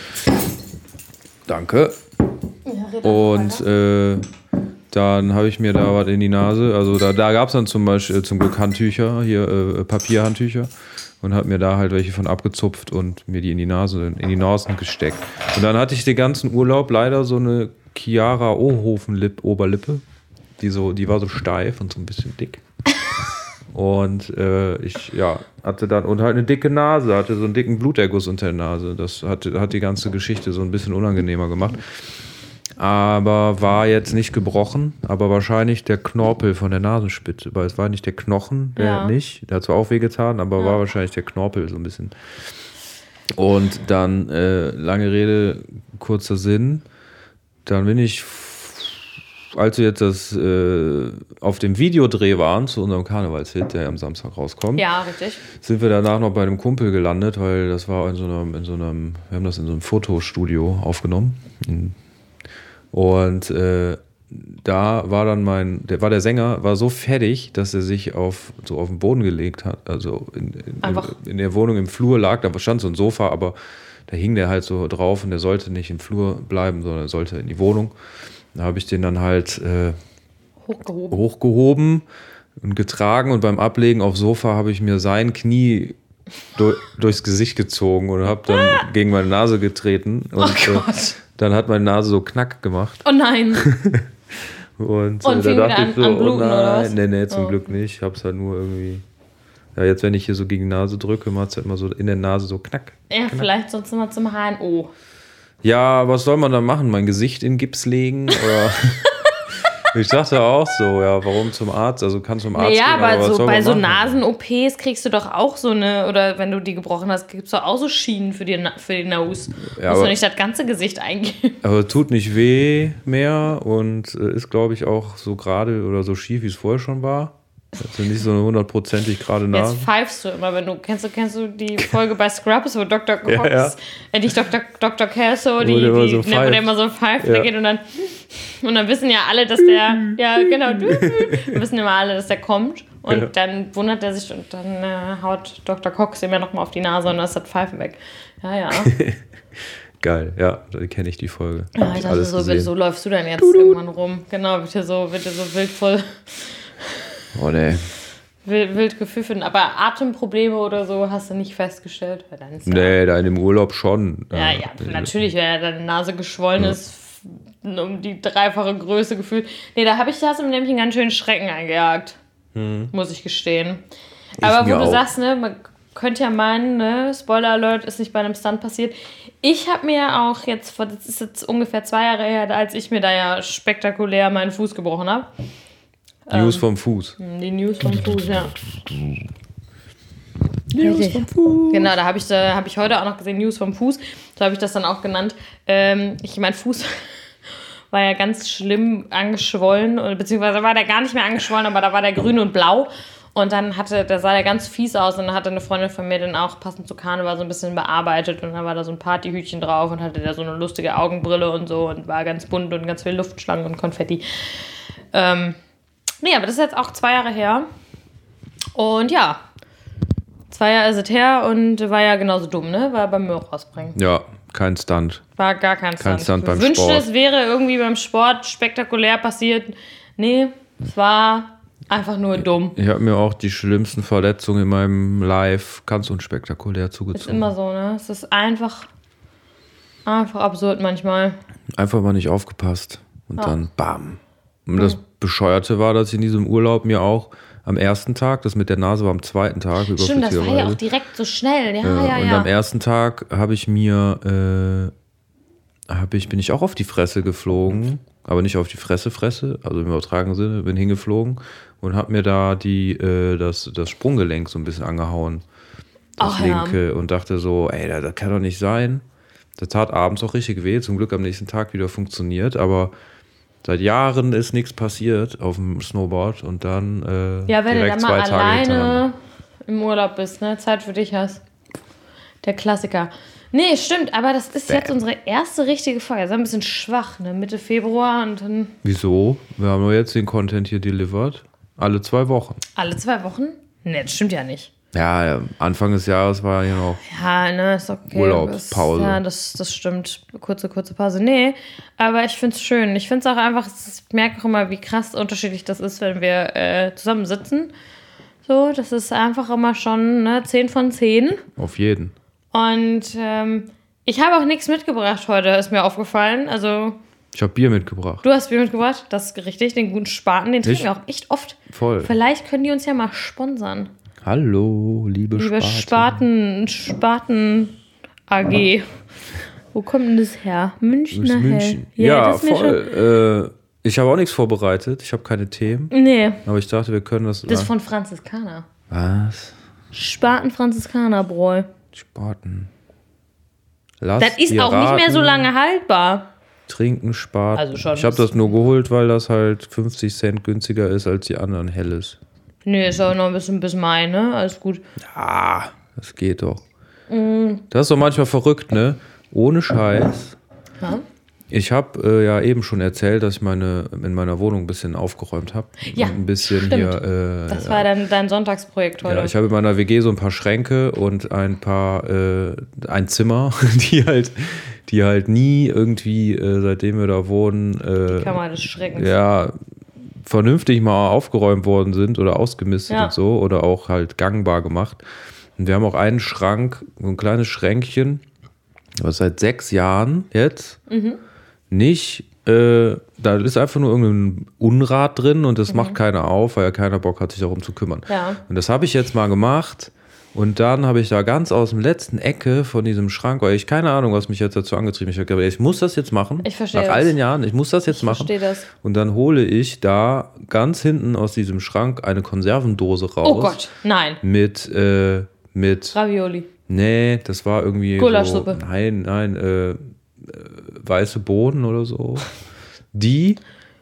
[SPEAKER 1] Danke. Ja, und äh, dann habe ich mir da was in die Nase, also da, da gab es dann zum Beispiel äh, zum Glück Handtücher, hier äh, Papierhandtücher. Und habe mir da halt welche von abgezupft und mir die in die Nase, in die Nasen gesteckt. Und dann hatte ich den ganzen Urlaub leider so eine Chiara Ohofen-Oberlippe. Die, so, die war so steif und so ein bisschen dick. Und äh, ich, ja, hatte dann, und halt eine dicke Nase, hatte so einen dicken Bluterguss unter der Nase. Das hat, hat die ganze Geschichte so ein bisschen unangenehmer gemacht. Aber war jetzt nicht gebrochen, aber wahrscheinlich der Knorpel von der Nasenspitze, weil es war nicht der Knochen, der
[SPEAKER 2] ja.
[SPEAKER 1] nicht, der hat zwar auch wehgetan, aber ja. war wahrscheinlich der Knorpel so ein bisschen. Und dann, äh, lange Rede, kurzer Sinn, dann bin ich, als wir jetzt das äh, auf dem Videodreh waren zu unserem Karnevalshit, der am Samstag rauskommt,
[SPEAKER 2] ja, richtig,
[SPEAKER 1] sind wir danach noch bei einem Kumpel gelandet, weil das war in so einem, in so einem, wir haben das in so einem Fotostudio aufgenommen, in Und äh, da war dann mein, der war der Sänger, war so fertig, dass er sich auf so auf den Boden gelegt hat. Also in, in, in, in der Wohnung im Flur lag, da stand so ein Sofa, aber da hing der halt so drauf und der sollte nicht im Flur bleiben, sondern er sollte in die Wohnung. Da habe ich den dann halt äh,
[SPEAKER 2] hochgehoben.
[SPEAKER 1] hochgehoben und getragen und beim Ablegen aufs Sofa habe ich mir sein Knie durch, durchs Gesicht gezogen und habe dann ah. gegen meine Nase getreten. Und,
[SPEAKER 2] oh Gott.
[SPEAKER 1] Äh, dann hat meine Nase so Knack gemacht.
[SPEAKER 2] Oh nein.
[SPEAKER 1] und
[SPEAKER 2] und
[SPEAKER 1] äh, da dachte
[SPEAKER 2] an,
[SPEAKER 1] ich so,
[SPEAKER 2] an Bluten,
[SPEAKER 1] oh nein,
[SPEAKER 2] oder was?
[SPEAKER 1] nee, nee, zum
[SPEAKER 2] oh.
[SPEAKER 1] Glück nicht. Ich hab's halt nur irgendwie. Ja, jetzt, wenn ich hier so gegen die Nase drücke, macht es halt immer so in der Nase so Knack.
[SPEAKER 2] Ja,
[SPEAKER 1] knack.
[SPEAKER 2] Vielleicht sonst mal zum H N O.
[SPEAKER 1] Ja, was soll man da machen? Mein Gesicht in Gips legen? Oder. Ich dachte auch so, ja, warum zum Arzt? Also kann zum Arzt
[SPEAKER 2] naja,
[SPEAKER 1] gehen,
[SPEAKER 2] aber,
[SPEAKER 1] aber
[SPEAKER 2] so, bei so
[SPEAKER 1] machen?
[SPEAKER 2] Nasen-O Ps kriegst du doch auch so eine, oder wenn du die gebrochen hast, gibst du auch so Schienen für, die, für den Nose. Ja, musst du nicht das ganze Gesicht eingeben.
[SPEAKER 1] Aber tut nicht weh mehr und äh, ist, glaube ich, auch so gerade oder so schief, wie es vorher schon war. Also nicht so eine hundertprozentig gerade Nase.
[SPEAKER 2] Jetzt pfeifst du immer, wenn du, kennst du, kennst du die Folge bei Scrubs, wo Doktor Cox,
[SPEAKER 1] ja, ja.
[SPEAKER 2] äh, nicht Doktor Doktor Kelso, die,
[SPEAKER 1] wo der,
[SPEAKER 2] die,
[SPEAKER 1] so
[SPEAKER 2] ne, wo der immer so pfeift, ja. der geht und dann, und dann wissen ja alle, dass der, ja genau, wissen immer alle, dass der kommt. Und ja. dann wundert er sich und dann äh, haut Doktor Cox ihm ja nochmal auf die Nase und dann ist das Pfeifen weg. Ja, ja.
[SPEAKER 1] Geil, ja, da kenne ich die Folge.
[SPEAKER 2] Ja, ich dachte, so, so läufst du dann jetzt du, du. irgendwann rum. Genau, wird dir so, wird dir so wild voll.
[SPEAKER 1] Oh ne.
[SPEAKER 2] Wild, wild gepfiffen. Aber Atemprobleme oder so hast du nicht festgestellt? Weil dann ist ja,
[SPEAKER 1] nee, da in dem Urlaub schon.
[SPEAKER 2] Ja, ja, natürlich, wenn ja deine Nase geschwollen ja. ist, um die dreifache Größe gefühlt. Nee, da habe ich das nämlich einen ganz schönen Schrecken eingejagt. Hm. Muss ich gestehen. Ich Aber wo du auch. sagst, ne, man könnte ja meinen, ne, Spoiler Alert, ist nicht bei einem Stunt passiert. Ich habe mir auch jetzt, vor, das ist jetzt ungefähr zwei Jahre her, als ich mir da ja spektakulär meinen Fuß gebrochen habe.
[SPEAKER 1] News
[SPEAKER 2] ähm,
[SPEAKER 1] vom Fuß.
[SPEAKER 2] Die News vom Fuß, ja.
[SPEAKER 1] News vom Fuß.
[SPEAKER 2] Genau, da habe ich, da hab ich heute auch noch gesehen, News vom Fuß. So habe ich das dann auch genannt. Ähm, ich, mein Fuß war ja ganz schlimm angeschwollen, beziehungsweise war der gar nicht mehr angeschwollen, aber da war der grün und blau. Und dann hatte, da sah der ganz fies aus und dann hatte eine Freundin von mir den auch passend zu Karneval so ein bisschen bearbeitet und dann war da so ein Partyhütchen drauf und hatte da so eine lustige Augenbrille und so und war ganz bunt und ganz viel Luftschlangen und Konfetti. Ähm, nee, aber das ist jetzt auch zwei Jahre her. Und ja, zwei Jahre ist es her und war ja genauso dumm, ne? War beim Müll rausbringen.
[SPEAKER 1] Ja, kein Stunt.
[SPEAKER 2] War gar kein Stunt.
[SPEAKER 1] Kein Stunt beim
[SPEAKER 2] ich wünschte,
[SPEAKER 1] Sport.
[SPEAKER 2] es wäre irgendwie beim Sport spektakulär passiert. Nee, es war einfach nur dumm.
[SPEAKER 1] Ich habe mir auch die schlimmsten Verletzungen in meinem Life ganz unspektakulär zugezogen.
[SPEAKER 2] Ist immer so, ne? Es ist einfach, einfach absurd manchmal.
[SPEAKER 1] Einfach mal nicht aufgepasst. Und
[SPEAKER 2] ja.
[SPEAKER 1] dann bam. Und das Bescheuerte war, dass ich in diesem Urlaub mir auch am ersten Tag, das mit der Nase war am zweiten Tag.
[SPEAKER 2] Stimmt, das war ja auch direkt so schnell. Ja,
[SPEAKER 1] äh,
[SPEAKER 2] ja,
[SPEAKER 1] und
[SPEAKER 2] ja.
[SPEAKER 1] am ersten Tag habe ich mir, äh, hab ich, bin ich auch auf die Fresse geflogen. Aber nicht auf die Fresse, Fresse, also im übertragenen Sinne, bin hingeflogen und habe mir da die, äh, das, das Sprunggelenk so ein bisschen angehauen. Das
[SPEAKER 2] Ach,
[SPEAKER 1] linke.
[SPEAKER 2] ja.
[SPEAKER 1] Und dachte so, ey, das, das kann doch nicht sein. Das tat abends auch richtig weh, zum Glück am nächsten Tag wieder funktioniert, aber seit Jahren ist nichts passiert auf dem Snowboard und dann äh,
[SPEAKER 2] ja, wenn
[SPEAKER 1] direkt
[SPEAKER 2] du dann mal
[SPEAKER 1] zwei Tage
[SPEAKER 2] alleine im Urlaub bist, ne, Zeit für dich hast. Der Klassiker. Nee, stimmt, aber das ist Bam. jetzt unsere erste richtige Folge. Das ist ein bisschen schwach, ne? Mitte Februar und dann...
[SPEAKER 1] Wieso? Wir haben nur jetzt den Content hier delivered. Alle zwei Wochen.
[SPEAKER 2] Alle zwei Wochen? Nee, das stimmt ja nicht.
[SPEAKER 1] Ja, Anfang des Jahres war hier noch
[SPEAKER 2] ja, ne, ist okay.
[SPEAKER 1] Urlaubspause.
[SPEAKER 2] Das, ja, das, das stimmt. Kurze, kurze Pause. Nee, aber ich find's schön. Ich find's auch einfach, ich merke auch immer, wie krass unterschiedlich das ist, wenn wir äh, zusammen sitzen. So, das ist einfach immer schon ne, zehn von zehn.
[SPEAKER 1] Auf jeden.
[SPEAKER 2] Und ähm, ich habe auch nichts mitgebracht heute, ist mir aufgefallen. Also
[SPEAKER 1] ich habe Bier mitgebracht.
[SPEAKER 2] Du hast Bier mitgebracht, das ist richtig. Den guten Spaten, den trinken wir auch echt oft.
[SPEAKER 1] Voll.
[SPEAKER 2] Vielleicht können die uns ja mal sponsern.
[SPEAKER 1] Hallo, liebe,
[SPEAKER 2] liebe Spaten. Spaten, Spaten A G. Wo kommt denn das her? Münchner
[SPEAKER 1] München.
[SPEAKER 2] Ja,
[SPEAKER 1] ja voll. Äh, ich habe auch nichts vorbereitet. Ich habe keine Themen.
[SPEAKER 2] Nee.
[SPEAKER 1] Aber ich dachte, wir können das...
[SPEAKER 2] Das ist von Franziskaner.
[SPEAKER 1] Was?
[SPEAKER 2] Spaten Franziskaner Bräu.
[SPEAKER 1] Spaten. Lass
[SPEAKER 2] das ist auch raten. Nicht mehr so lange haltbar.
[SPEAKER 1] Trinken, Spaten.
[SPEAKER 2] Also schon
[SPEAKER 1] ich habe das nur geholt, weil das halt fünfzig Cent günstiger ist als die anderen Helles.
[SPEAKER 2] Nee, ist auch noch ein bisschen bis Mai, ne? Alles gut.
[SPEAKER 1] Ja, das geht doch.
[SPEAKER 2] Mm.
[SPEAKER 1] Das ist doch manchmal verrückt, ne? Ohne Scheiß.
[SPEAKER 2] Ja?
[SPEAKER 1] Ich habe äh, ja eben schon erzählt, dass ich meine in meiner Wohnung ein bisschen aufgeräumt habe.
[SPEAKER 2] Ja,
[SPEAKER 1] ein bisschen
[SPEAKER 2] stimmt.
[SPEAKER 1] hier. Äh,
[SPEAKER 2] das war dein, dein Sonntagsprojekt heute.
[SPEAKER 1] Ja, ich habe in meiner W G so ein paar Schränke und ein paar äh, ein Zimmer, die halt, die halt nie irgendwie, äh, seitdem wir da wohnen, äh,
[SPEAKER 2] die Kammer des Schreckens.
[SPEAKER 1] Ja, vernünftig mal aufgeräumt worden sind oder ausgemistet
[SPEAKER 2] ja.
[SPEAKER 1] und so oder auch halt gangbar gemacht. Und wir haben auch einen Schrank, so ein kleines Schränkchen, was seit sechs Jahren jetzt
[SPEAKER 2] mhm.
[SPEAKER 1] nicht, äh, da ist einfach nur irgendein Unrat drin und das
[SPEAKER 2] mhm.
[SPEAKER 1] macht keiner auf, weil ja keiner Bock hat, sich darum zu kümmern.
[SPEAKER 2] Ja.
[SPEAKER 1] Und das habe ich jetzt mal gemacht und dann habe ich da ganz aus dem letzten Ecke von diesem Schrank, weil ich keine Ahnung, was mich jetzt dazu angetrieben hat. Ich habe gedacht, ich muss das jetzt machen.
[SPEAKER 2] Ich verstehe
[SPEAKER 1] Nach
[SPEAKER 2] das.
[SPEAKER 1] all den Jahren, ich muss das jetzt
[SPEAKER 2] ich
[SPEAKER 1] machen.
[SPEAKER 2] Ich verstehe das.
[SPEAKER 1] Und dann hole ich da ganz hinten aus diesem Schrank eine Konservendose raus.
[SPEAKER 2] Oh Gott, nein.
[SPEAKER 1] Mit, äh, mit...
[SPEAKER 2] Ravioli.
[SPEAKER 1] Nee, das war irgendwie
[SPEAKER 2] Gulaschsuppe.
[SPEAKER 1] So, nein, nein, äh, weiße Bohnen oder so. Die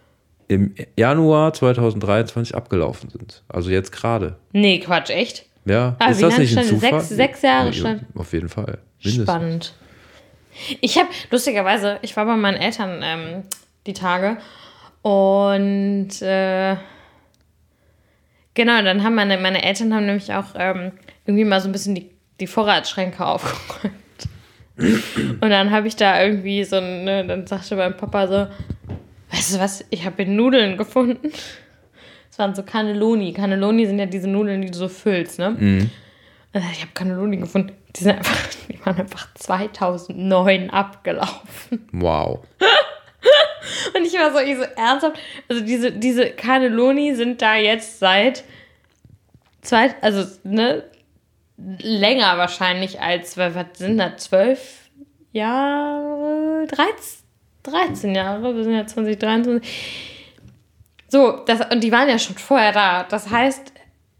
[SPEAKER 1] im Januar zweitausenddreiundzwanzig abgelaufen sind. Also jetzt gerade.
[SPEAKER 2] Nee, Quatsch, echt?
[SPEAKER 1] Ja,
[SPEAKER 2] ah,
[SPEAKER 1] ist das nicht ein Zufall?
[SPEAKER 2] Sechs, sechs Jahre schon.
[SPEAKER 1] Auf jeden Fall. Mindestens.
[SPEAKER 2] Spannend. Ich habe, lustigerweise, ich war bei meinen Eltern ähm, die Tage und äh, genau, dann haben meine, meine Eltern haben nämlich auch ähm, irgendwie mal so ein bisschen die, die Vorratsschränke aufgeräumt. Und dann habe ich da irgendwie so, ne, dann sagte mein Papa so, weißt du was, ich habe hier Nudeln gefunden. Das waren so Cannelloni. Cannelloni sind ja diese Nudeln, die du so füllst, ne? Mhm. Also ich habe Cannelloni gefunden. Die sind einfach, die waren einfach zweitausendneun abgelaufen.
[SPEAKER 1] Wow.
[SPEAKER 2] Und ich war so, ich so ernsthaft, also diese, diese Cannelloni sind da jetzt seit zwei, also ne, länger wahrscheinlich als, was sind da, zwölf Jahre, dreizehn, dreizehn Jahre, wir sind ja zwanzig dreiundzwanzig. So, das, und die waren ja schon vorher da. Das heißt,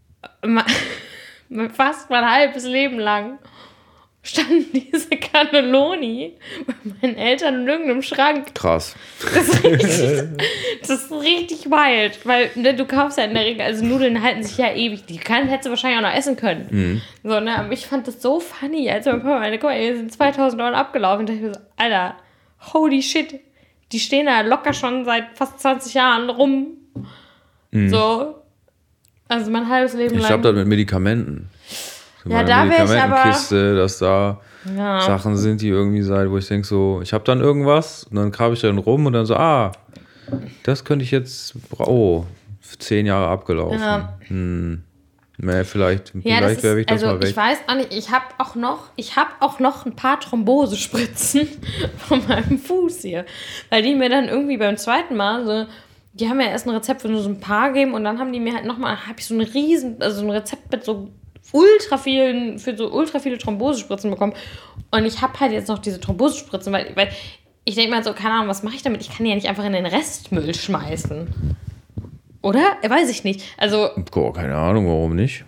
[SPEAKER 2] fast mein halbes Leben lang standen diese Cannelloni bei meinen Eltern in irgendeinem Schrank.
[SPEAKER 1] Krass.
[SPEAKER 2] Das ist richtig, das ist richtig wild, weil ne, du kaufst ja in der Regel, also Nudeln halten sich ja ewig, die kann, hättest du wahrscheinlich auch noch essen können. Mhm. So, ne, aber ich fand das so funny, als mein Papa meinte, guck mal, hier sind zweitausend Euro abgelaufen. Und da dachte ich mir so, Alter, holy shit, die stehen da locker schon seit fast zwanzig Jahren rum. Mhm. So, also mein halbes Leben lang.
[SPEAKER 1] Ich glaube, das mit Medikamenten.
[SPEAKER 2] Ja, da wäre ich aber...
[SPEAKER 1] Kiste, dass da
[SPEAKER 2] ja.
[SPEAKER 1] Sachen sind, die irgendwie seit, wo ich denke so, ich habe dann irgendwas und dann grabe ich dann rum und dann so, ah, das könnte ich jetzt, oh, zehn Jahre abgelaufen. Ja. Hm. Nee, vielleicht,
[SPEAKER 2] ja,
[SPEAKER 1] vielleicht werfe ich das
[SPEAKER 2] also
[SPEAKER 1] mal weg.
[SPEAKER 2] Ich weiß auch nicht, ich habe auch noch, ich habe auch noch ein paar Thrombosespritzen von meinem Fuß hier, weil die mir dann irgendwie beim zweiten Mal so, die haben mir erst ein Rezept für nur so ein paar gegeben und dann haben die mir halt nochmal, habe ich so ein riesen, also ein Rezept mit so ultra vielen, für so ultra viele Thrombosespritzen bekommen. Und ich habe halt jetzt noch diese Thrombosespritzen, weil, weil ich denke mal so, keine Ahnung, was mache ich damit? Ich kann die ja nicht einfach in den Restmüll schmeißen. Oder? Weiß ich nicht. Also.
[SPEAKER 1] Oh, keine Ahnung, warum nicht?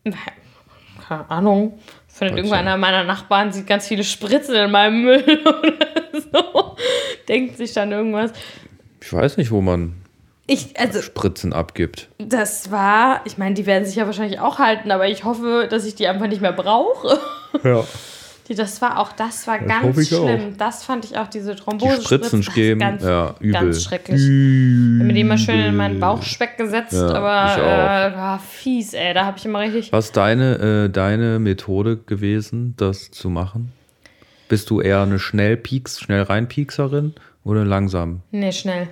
[SPEAKER 2] Keine Ahnung. Findet irgendeiner meiner Nachbarn, sieht ganz viele Spritzen in meinem Müll oder so. Denkt sich dann irgendwas.
[SPEAKER 1] Ich weiß nicht, wo man
[SPEAKER 2] Ich, also,
[SPEAKER 1] Spritzen abgibt.
[SPEAKER 2] Das war, ich meine, die werden sich ja wahrscheinlich auch halten, aber ich hoffe, dass ich die einfach nicht mehr brauche.
[SPEAKER 1] Ja.
[SPEAKER 2] Die, das war auch, das war
[SPEAKER 1] das
[SPEAKER 2] ganz schlimm.
[SPEAKER 1] Auch.
[SPEAKER 2] Das fand ich auch, diese Thrombose-Spritzen.
[SPEAKER 1] Die Spritzen geben,
[SPEAKER 2] ganz,
[SPEAKER 1] ja, übel.
[SPEAKER 2] Ganz schrecklich. Übel. Ich habe mir die immer schön in meinen Bauchspeck gesetzt,
[SPEAKER 1] ja,
[SPEAKER 2] aber äh, war fies, ey. Da habe ich immer richtig...
[SPEAKER 1] Was ist deine, äh, deine Methode gewesen, das zu machen? Bist du eher eine Schnellpieks, schnell reinpiekserin oder langsam?
[SPEAKER 2] Nee, schnell.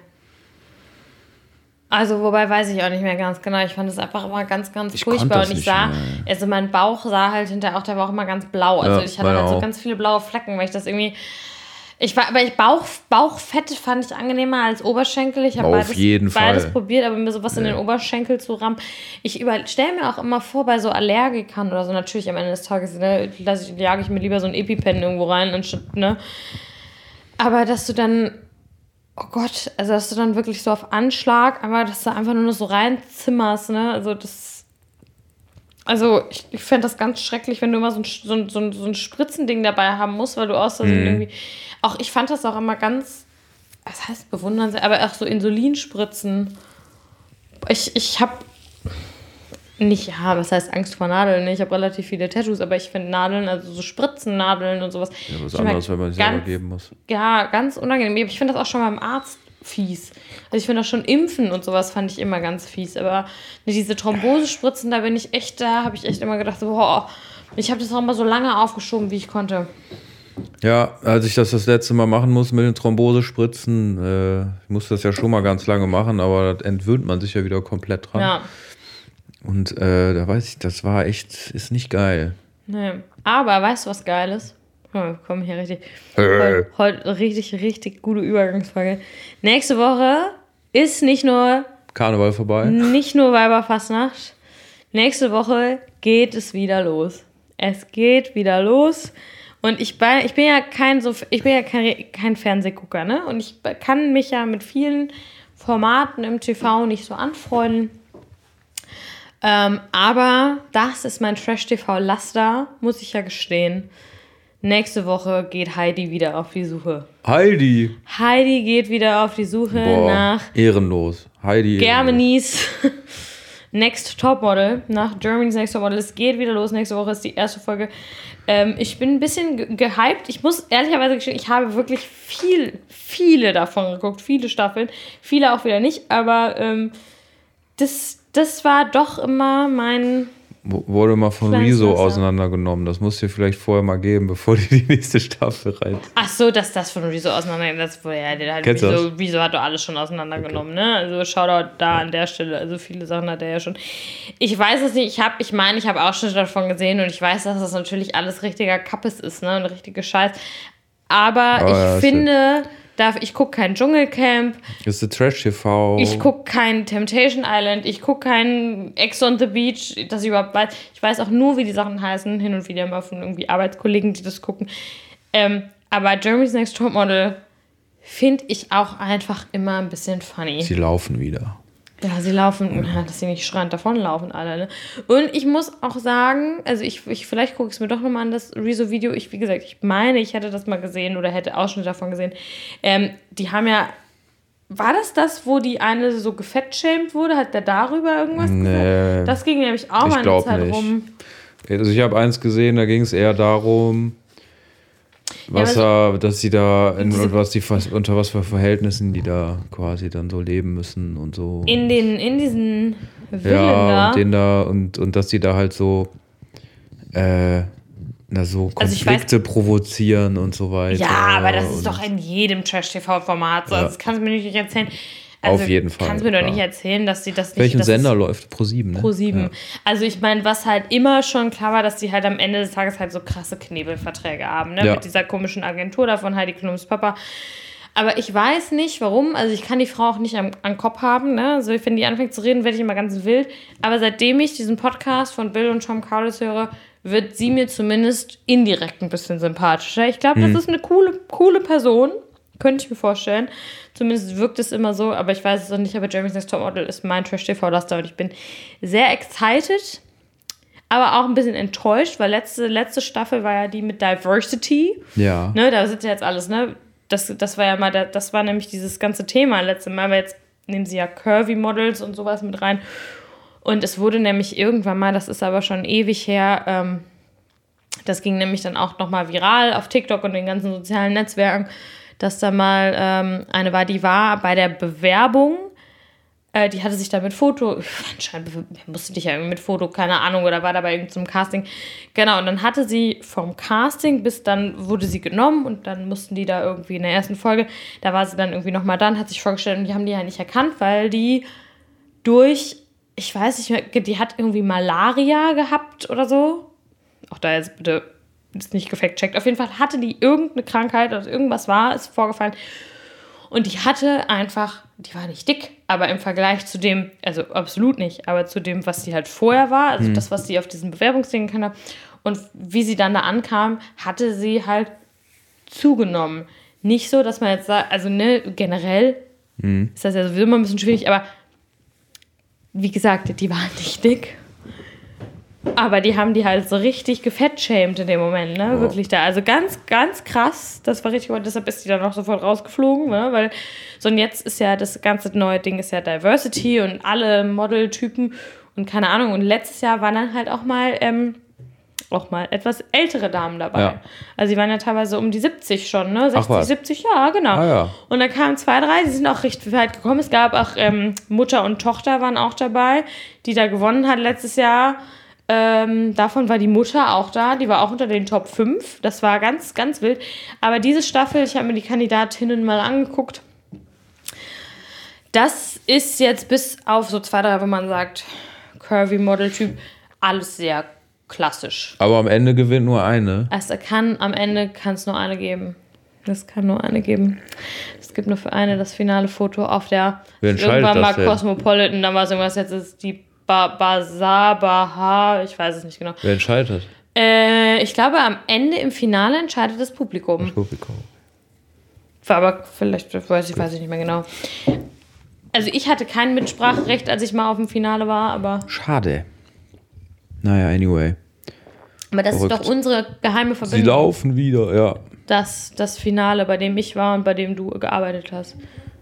[SPEAKER 2] Also, wobei weiß ich auch nicht mehr ganz genau. Ich fand es einfach immer ganz, ganz
[SPEAKER 1] ich
[SPEAKER 2] furchtbar. Und ich
[SPEAKER 1] nicht
[SPEAKER 2] sah,
[SPEAKER 1] mehr.
[SPEAKER 2] also mein Bauch sah halt hinterher auch, der war auch immer ganz blau. Also
[SPEAKER 1] ja,
[SPEAKER 2] ich hatte halt so ganz viele blaue Flecken, weil ich das irgendwie. Ich war, aber ich Bauch, Bauchfett fand ich angenehmer als Oberschenkel. Ich habe beides,
[SPEAKER 1] jeden
[SPEAKER 2] beides
[SPEAKER 1] Fall.
[SPEAKER 2] probiert, aber mir sowas ja. in den Oberschenkel zu rammen. Ich stelle mir auch immer vor, bei so Allergikern oder so, natürlich am Ende des Tages, ne, lasse ich, jage ich mir lieber so ein EpiPen irgendwo rein, anstatt, ne. Aber dass du dann. Oh Gott, also dass du dann wirklich so auf Anschlag, aber dass du einfach nur so reinzimmerst, ne? Also das. Also ich, ich fände das ganz schrecklich, wenn du immer so ein, so ein, so ein, so ein Spritzending dabei haben musst, weil du aus Versehen mhm. irgendwie. Auch ich fand das auch immer ganz. Was heißt bewundernswert, aber auch so Insulinspritzen. Ich, ich hab. Nicht, ja, was heißt Angst vor Nadeln? Ich habe relativ viele Tattoos, aber ich finde Nadeln, also so Spritzennadeln und sowas.
[SPEAKER 1] Ja, was anderes, wenn man sich selber geben muss.
[SPEAKER 2] Ja, ganz unangenehm. Ich finde das auch schon beim Arzt fies. Also ich finde das schon Impfen und sowas fand ich immer ganz fies. Aber diese Thrombosespritzen, da bin ich echt, da habe ich echt immer gedacht, boah, ich habe das auch immer so lange aufgeschoben, wie ich konnte.
[SPEAKER 1] Ja, als ich das das letzte Mal machen musste mit den Thrombosespritzen, äh, ich musste das ja schon mal ganz lange machen, aber da entwöhnt man sich ja wieder komplett dran. Ja. Und äh, da weiß ich, das war echt, ist nicht geil.
[SPEAKER 2] Nee. Aber weißt du, was geil ist? Oh, wir kommen hier richtig. Heute, heute richtig, richtig gute Übergangsfolge. Nächste Woche ist nicht nur
[SPEAKER 1] Karneval vorbei.
[SPEAKER 2] Nicht nur Weiberfastnacht. Nächste Woche geht es wieder los. Es geht wieder los. Und ich bin, ich bin ja kein so, ich bin ja kein, kein Fernsehgucker, ne? Und ich kann mich ja mit vielen Formaten im T V nicht so anfreunden. Ähm, aber das ist mein Trash-T V-Laster, muss ich ja gestehen. nächste Woche geht Heidi wieder auf die Suche.
[SPEAKER 1] Heidi!
[SPEAKER 2] Heidi geht wieder auf die Suche
[SPEAKER 1] Boah,
[SPEAKER 2] nach
[SPEAKER 1] ehrenlos. Heidi
[SPEAKER 2] Germany's Next Topmodel, nach Germany's Next Topmodel. Es geht wieder los. Nächste Woche ist die erste Folge. Ähm, ich bin ein bisschen ge- gehypt. Ich muss ehrlicherweise gestehen, ich habe wirklich viel, viele davon geguckt. Viele Staffeln. Viele auch wieder nicht. Aber ähm, das, das war doch immer mein...
[SPEAKER 1] Wurde mal von Rezo auseinandergenommen. Das musst du dir vielleicht vorher mal geben, bevor die die nächste Staffel rein.
[SPEAKER 2] Ach so, dass das von Rezo auseinandergenommen ist. Ja, der hat Rezo, Rezo hat doch alles schon auseinandergenommen. Okay. Ne? Also Shoutout da an der Stelle. Also viele Sachen hat er ja schon. Ich weiß es nicht. Ich habe, ich meine, ich habe auch schon davon gesehen und ich weiß, dass das natürlich alles richtiger Kappes ist, ne? Und richtige Scheiß. Aber oh, ich ja, finde... Darf, ich gucke kein Dschungelcamp.
[SPEAKER 1] Das ist Trash-T V.
[SPEAKER 2] Ich gucke kein Temptation Island. Ich gucke kein Ex on the Beach, dass ich überhaupt weiß. Ich weiß auch nur, wie die Sachen heißen. Hin und wieder mal von irgendwie Arbeitskollegen, die das gucken. Ähm, aber Germany's Next Topmodel finde ich auch einfach immer ein bisschen funny.
[SPEAKER 1] Sie laufen wieder.
[SPEAKER 2] Ja, sie laufen, ja, dass sie nicht schreiend davonlaufen alle. Ne? Und ich muss auch sagen, also ich, ich vielleicht gucke ich es mir doch nochmal an, das Rezo-Video. Ich, wie gesagt, ich meine, ich hätte das mal gesehen oder hätte Ausschnitte davon gesehen. Ähm, die haben ja, war das das, wo die eine so gefettshamed wurde? Hat der darüber irgendwas
[SPEAKER 1] nee,
[SPEAKER 2] gesagt? Das ging nämlich auch mal eine Zeit
[SPEAKER 1] nicht.
[SPEAKER 2] rum.
[SPEAKER 1] Also ich habe eins gesehen, da ging es eher darum... Was ja, er, dass sie da, in, und was die, unter was für Verhältnissen die da quasi dann so leben müssen und so.
[SPEAKER 2] In den, in diesen Villen
[SPEAKER 1] ja,
[SPEAKER 2] da.
[SPEAKER 1] Und den da, und, und dass die da halt so, äh, na so Konflikte also weiß, provozieren und so weiter.
[SPEAKER 2] Ja, aber das ist doch in jedem Trash-T V-Format so. Ja. Das kannst du mir nicht erzählen. Also,
[SPEAKER 1] auf jeden Fall.
[SPEAKER 2] Kannst du mir doch nicht erzählen, dass sie das nicht...
[SPEAKER 1] Welchen Sender läuft? Pro sieben, ne?
[SPEAKER 2] Pro sieben. Ja. Also ich meine, was halt immer schon klar war, dass die halt am Ende des Tages halt so krasse Knebelverträge haben, ne? Ja. Mit dieser komischen Agentur da von Heidi Klums Papa. Aber ich weiß nicht, warum. Also ich kann die Frau auch nicht am, am Kopf haben, ne? Also wenn die anfängt zu reden, werde ich immer ganz wild. Aber seitdem ich diesen Podcast von Bill und Tom Kaulitz höre, wird sie mir zumindest indirekt ein bisschen sympathischer. Ich glaube, das hm. ist eine coole, coole Person. Könnte ich mir vorstellen. Zumindest wirkt es immer so, aber ich weiß es noch nicht. Aber Germany's Next Topmodel ist mein Trash-T V-Laster und ich bin sehr excited, aber auch ein bisschen enttäuscht, weil letzte, letzte Staffel war ja die mit Diversity.
[SPEAKER 1] Ja.
[SPEAKER 2] Ne, da sind ja jetzt alles, ne? Das, das war ja mal, das war nämlich dieses ganze Thema letztes Mal, weil jetzt nehmen sie ja Curvy-Models und sowas mit rein. Und es wurde nämlich irgendwann mal, das ist aber schon ewig her, ähm, das ging nämlich dann auch nochmal viral auf TikTok und den ganzen sozialen Netzwerken, dass da mal ähm, eine war, die war bei der Bewerbung, äh, die hatte sich da mit Foto, anscheinend musste dich ja irgendwie mit Foto, keine Ahnung, oder war da bei irgendeinem Casting. Genau, und dann hatte sie vom Casting, bis dann wurde sie genommen und dann mussten die da irgendwie in der ersten Folge, da war sie dann irgendwie nochmal dann, hat sich vorgestellt und die haben die ja nicht erkannt, weil die durch, ich weiß nicht mehr, die hat irgendwie Malaria gehabt oder so. Auch da jetzt bitte... ist nicht gefact-checkt. Auf jeden Fall hatte die irgendeine Krankheit oder irgendwas war, ist vorgefallen. Und die hatte einfach, die war nicht dick, aber im Vergleich zu dem, also absolut nicht, aber zu dem, was sie halt vorher war, also mhm. das, was sie auf diesen Bewerbungsdingen kann, und wie sie dann da ankam, hatte sie halt zugenommen. Nicht so, dass man jetzt sagt, also ne, generell mhm. ist das ja sowieso immer ein bisschen schwierig, aber wie gesagt, die war nicht dick. Aber die haben die halt so richtig gefettshamed in dem Moment, ne? Wow. Wirklich da. Also ganz, ganz krass. Das war richtig gut. Deshalb ist die dann auch sofort rausgeflogen, ne? Weil so und jetzt ist ja das ganze neue Ding ist ja Diversity und alle Modeltypen und keine Ahnung. Und letztes Jahr waren dann halt auch mal, ähm, auch mal etwas ältere Damen dabei. Ja. Also die waren ja teilweise um die siebzig schon, ne? sechzig, siebzig, ja, genau.
[SPEAKER 1] Ah, ja.
[SPEAKER 2] Und da kamen zwei, drei, die sind auch recht weit gekommen. Es gab auch ähm, Mutter und Tochter waren auch dabei, die da gewonnen hat letztes Jahr. Ähm, davon war die Mutter auch da, die war auch unter den Top fünf. Das war ganz, ganz wild. Aber diese Staffel, ich habe mir die Kandidatinnen mal angeguckt, das ist jetzt bis auf so zwei, drei, wo man sagt, Curvy-Model-Typ, alles sehr klassisch.
[SPEAKER 1] Aber am Ende gewinnt nur eine.
[SPEAKER 2] Es kann, am Ende kann es nur eine geben. Es kann nur eine geben. Es gibt nur für eine das finale Foto auf der
[SPEAKER 1] Wer entscheidet
[SPEAKER 2] irgendwann mal
[SPEAKER 1] das denn?
[SPEAKER 2] Cosmopolitan, dann war es irgendwas, jetzt ist die Ba- Bazar, Baha, ich weiß es nicht genau.
[SPEAKER 1] Wer entscheidet?
[SPEAKER 2] Äh, ich glaube, am Ende im Finale entscheidet das Publikum.
[SPEAKER 1] Das Publikum.
[SPEAKER 2] Aber vielleicht, weiß ich, weiß ich nicht mehr genau. Also ich hatte kein Mitspracherecht, als ich mal auf dem Finale war, aber...
[SPEAKER 1] Schade. Naja, anyway.
[SPEAKER 2] Aber das
[SPEAKER 1] Verrückt.
[SPEAKER 2] ist doch unsere geheime Verbindung.
[SPEAKER 1] Sie laufen wieder, ja.
[SPEAKER 2] Das, das Finale, bei dem ich war und bei dem du gearbeitet hast.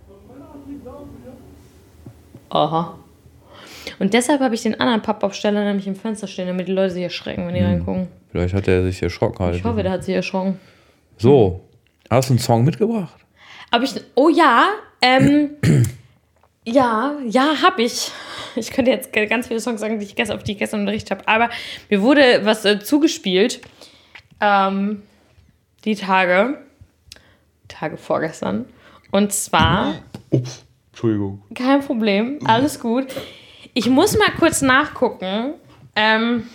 [SPEAKER 2] Aha. Und deshalb habe ich den anderen Pappaufsteller nämlich im Fenster stehen, damit die Leute sich erschrecken, wenn die hm. reingucken.
[SPEAKER 1] Vielleicht hat er sich erschrocken. Halt.
[SPEAKER 2] Ich hoffe, der hat sich erschrocken.
[SPEAKER 1] So, hast du einen Song mitgebracht?
[SPEAKER 2] Hab ich, oh ja, ähm, ja, ja, hab ich. Ich könnte jetzt ganz viele Songs sagen, die ich gestern, auf die ich gestern unterrichtet habe, aber mir wurde was äh, zugespielt, ähm, die Tage, Tage vorgestern, und zwar,
[SPEAKER 1] ups, Entschuldigung.
[SPEAKER 2] Kein Problem, alles gut. Ich muss mal kurz nachgucken, ähm,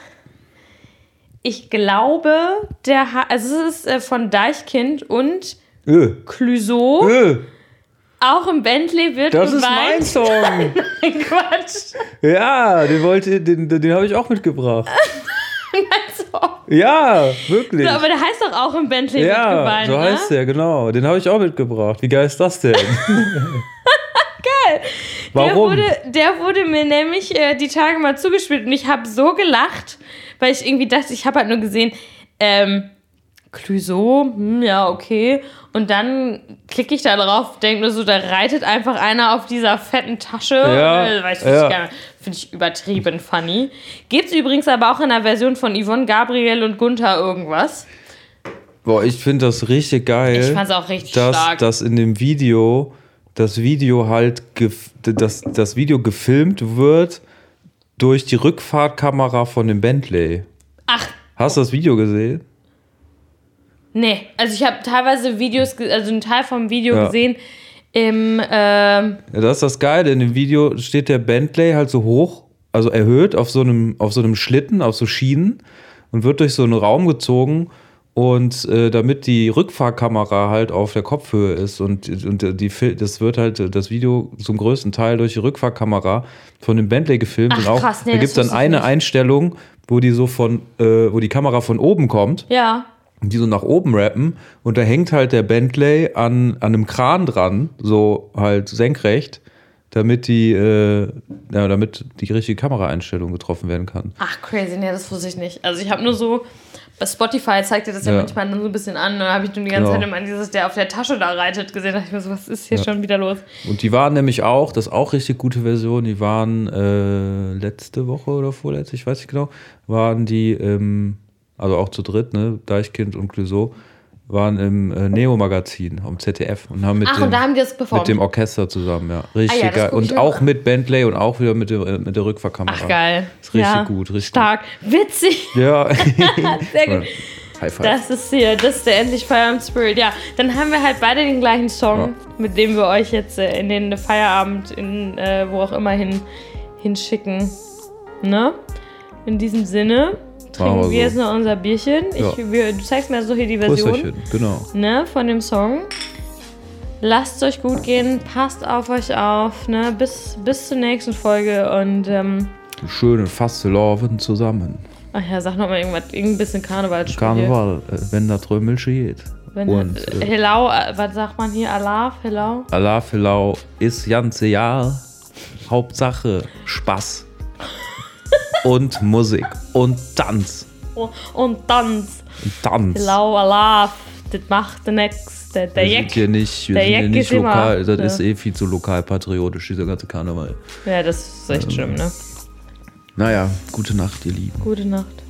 [SPEAKER 2] ich glaube, der ha- also es ist äh, von Deichkind und
[SPEAKER 1] Äh.
[SPEAKER 2] Clouseau.
[SPEAKER 1] Äh.
[SPEAKER 2] Auch im Bentley wird
[SPEAKER 1] Das
[SPEAKER 2] geweint.
[SPEAKER 1] ist mein Song.
[SPEAKER 2] Nein, Quatsch.
[SPEAKER 1] Ja, den wollte, den, den habe ich auch mitgebracht.
[SPEAKER 2] Also.
[SPEAKER 1] Ja, wirklich.
[SPEAKER 2] So, aber der heißt doch auch im Bentley wird
[SPEAKER 1] Ja,
[SPEAKER 2] geweint,
[SPEAKER 1] so
[SPEAKER 2] ne?
[SPEAKER 1] heißt der, genau. Den habe ich auch mitgebracht. Wie geil ist das denn?
[SPEAKER 2] Geil.
[SPEAKER 1] Warum?
[SPEAKER 2] Der wurde, der wurde mir nämlich äh, die Tage mal zugespielt und ich habe so gelacht, weil ich irgendwie dachte, ich habe halt nur gesehen, ähm, Clouseau, hm, ja, okay. Und dann klicke ich da drauf, denke nur so, da reitet einfach einer auf dieser fetten Tasche.
[SPEAKER 1] Ja,
[SPEAKER 2] äh, weiß ich
[SPEAKER 1] ja.
[SPEAKER 2] gerne. Finde ich übertrieben funny. Gibt's übrigens aber auch in der Version von Yvonne, Gabriel und Gunther irgendwas.
[SPEAKER 1] Boah, ich finde das richtig geil.
[SPEAKER 2] Ich fand's auch richtig
[SPEAKER 1] dass,
[SPEAKER 2] stark.
[SPEAKER 1] Dass in dem Video, das Video halt, gef- dass das Video gefilmt wird durch die Rückfahrtkamera von dem Bentley.
[SPEAKER 2] Ach.
[SPEAKER 1] Hast du das Video gesehen?
[SPEAKER 2] Nee, also ich habe teilweise Videos, ge- also einen Teil vom Video
[SPEAKER 1] Ja.
[SPEAKER 2] gesehen im, ähm,
[SPEAKER 1] Ja, das ist das Geile. In dem Video steht der Bentley halt so hoch, also erhöht auf so einem, auf so einem Schlitten, auf so Schienen und wird durch so einen Raum gezogen. Und äh, damit die Rückfahrkamera halt auf der Kopfhöhe ist und, und die, das wird halt das Video zum größten Teil durch die Rückfahrkamera von dem Bentley gefilmt.
[SPEAKER 2] Ach,
[SPEAKER 1] und auch
[SPEAKER 2] krass, nee,
[SPEAKER 1] da
[SPEAKER 2] das
[SPEAKER 1] gibt es dann
[SPEAKER 2] wusste ich
[SPEAKER 1] eine
[SPEAKER 2] nicht.
[SPEAKER 1] Einstellung, wo die so von, äh, wo die Kamera von oben kommt.
[SPEAKER 2] ja.
[SPEAKER 1] Und die so nach oben rappen und da hängt halt der Bentley an, an einem Kran dran, so halt senkrecht, damit die, äh, ja, damit die richtige Kameraeinstellung getroffen werden kann.
[SPEAKER 2] Ach, crazy, nee, das wusste ich nicht. Also ich habe nur so, bei Spotify zeigt dir das ja,
[SPEAKER 1] Ja.
[SPEAKER 2] manchmal dann so ein bisschen an und dann habe ich nur die ganze
[SPEAKER 1] Genau.
[SPEAKER 2] Zeit immer dieses, der auf der Tasche da reitet, gesehen. Da dachte ich mir so, was ist hier
[SPEAKER 1] Ja.
[SPEAKER 2] schon wieder los?
[SPEAKER 1] Und die waren nämlich auch, das ist auch richtig gute Version, die waren äh, letzte Woche oder vorletzte, ich weiß nicht genau, waren die, ähm, also auch zu dritt, ne, Deichkind und Clouseau, waren im äh, Neo-Magazin am Z D F und haben mit,
[SPEAKER 2] Ach,
[SPEAKER 1] dem,
[SPEAKER 2] und da haben die das performt?
[SPEAKER 1] mit dem Orchester zusammen, ja. Richtig
[SPEAKER 2] Ah ja, das
[SPEAKER 1] geil.
[SPEAKER 2] guck ich
[SPEAKER 1] Und
[SPEAKER 2] mir
[SPEAKER 1] auch
[SPEAKER 2] mal an.
[SPEAKER 1] mit Bentley und auch wieder mit der, mit der Rückfahrkamera.
[SPEAKER 2] Ach, geil.
[SPEAKER 1] Ist richtig
[SPEAKER 2] ja.
[SPEAKER 1] gut, richtig
[SPEAKER 2] Stark. Witzig.
[SPEAKER 1] gut. Ja.
[SPEAKER 2] Sehr gut.
[SPEAKER 1] High five.
[SPEAKER 2] Das ist hier, das ist der endlich Feierabend Spirit. Ja, dann haben wir halt beide den gleichen Song,
[SPEAKER 1] Ja.
[SPEAKER 2] mit dem wir euch jetzt äh, in den Feierabend, in äh, wo auch immer hin, hinschicken. Ne? In diesem Sinne trinken
[SPEAKER 1] Machen
[SPEAKER 2] wir,
[SPEAKER 1] wir
[SPEAKER 2] jetzt
[SPEAKER 1] so.
[SPEAKER 2] noch unser Bierchen. Ich,
[SPEAKER 1] Ja.
[SPEAKER 2] wir, du zeigst mir so hier die Version,
[SPEAKER 1] Prösterchen, genau.
[SPEAKER 2] ne, von dem Song. Lasst es euch gut gehen, passt auf euch auf, ne? Bis, bis zur nächsten Folge und ähm,
[SPEAKER 1] Schöne Fastelovend zusammen.
[SPEAKER 2] ach ja, sag noch mal irgendwas, irgendein bisschen Karnevalsspiel.
[SPEAKER 1] Karneval, äh, wenn das Trömmelchen geht.
[SPEAKER 2] Wenn,
[SPEAKER 1] Und
[SPEAKER 2] äh,
[SPEAKER 1] äh,
[SPEAKER 2] Hello, äh, was sagt man hier? Alaf, Hello?
[SPEAKER 1] Allah Filau ist ganze Jahr Hauptsache Spaß und Musik und Tanz.
[SPEAKER 2] Oh, und Tanz.
[SPEAKER 1] Und Tanz.
[SPEAKER 2] Hello, Alaf. Das macht der Next. Der, der
[SPEAKER 1] wir
[SPEAKER 2] Jack.
[SPEAKER 1] sind hier nicht, wir
[SPEAKER 2] der
[SPEAKER 1] sind hier
[SPEAKER 2] Jack
[SPEAKER 1] nicht
[SPEAKER 2] ist immer,
[SPEAKER 1] lokal, das
[SPEAKER 2] ja.
[SPEAKER 1] ist eh viel zu lokalpatriotisch, dieser ganze Karneval.
[SPEAKER 2] Ja, das ist echt schlimm, ne?
[SPEAKER 1] Naja, gute Nacht, ihr Lieben.
[SPEAKER 2] Gute Nacht.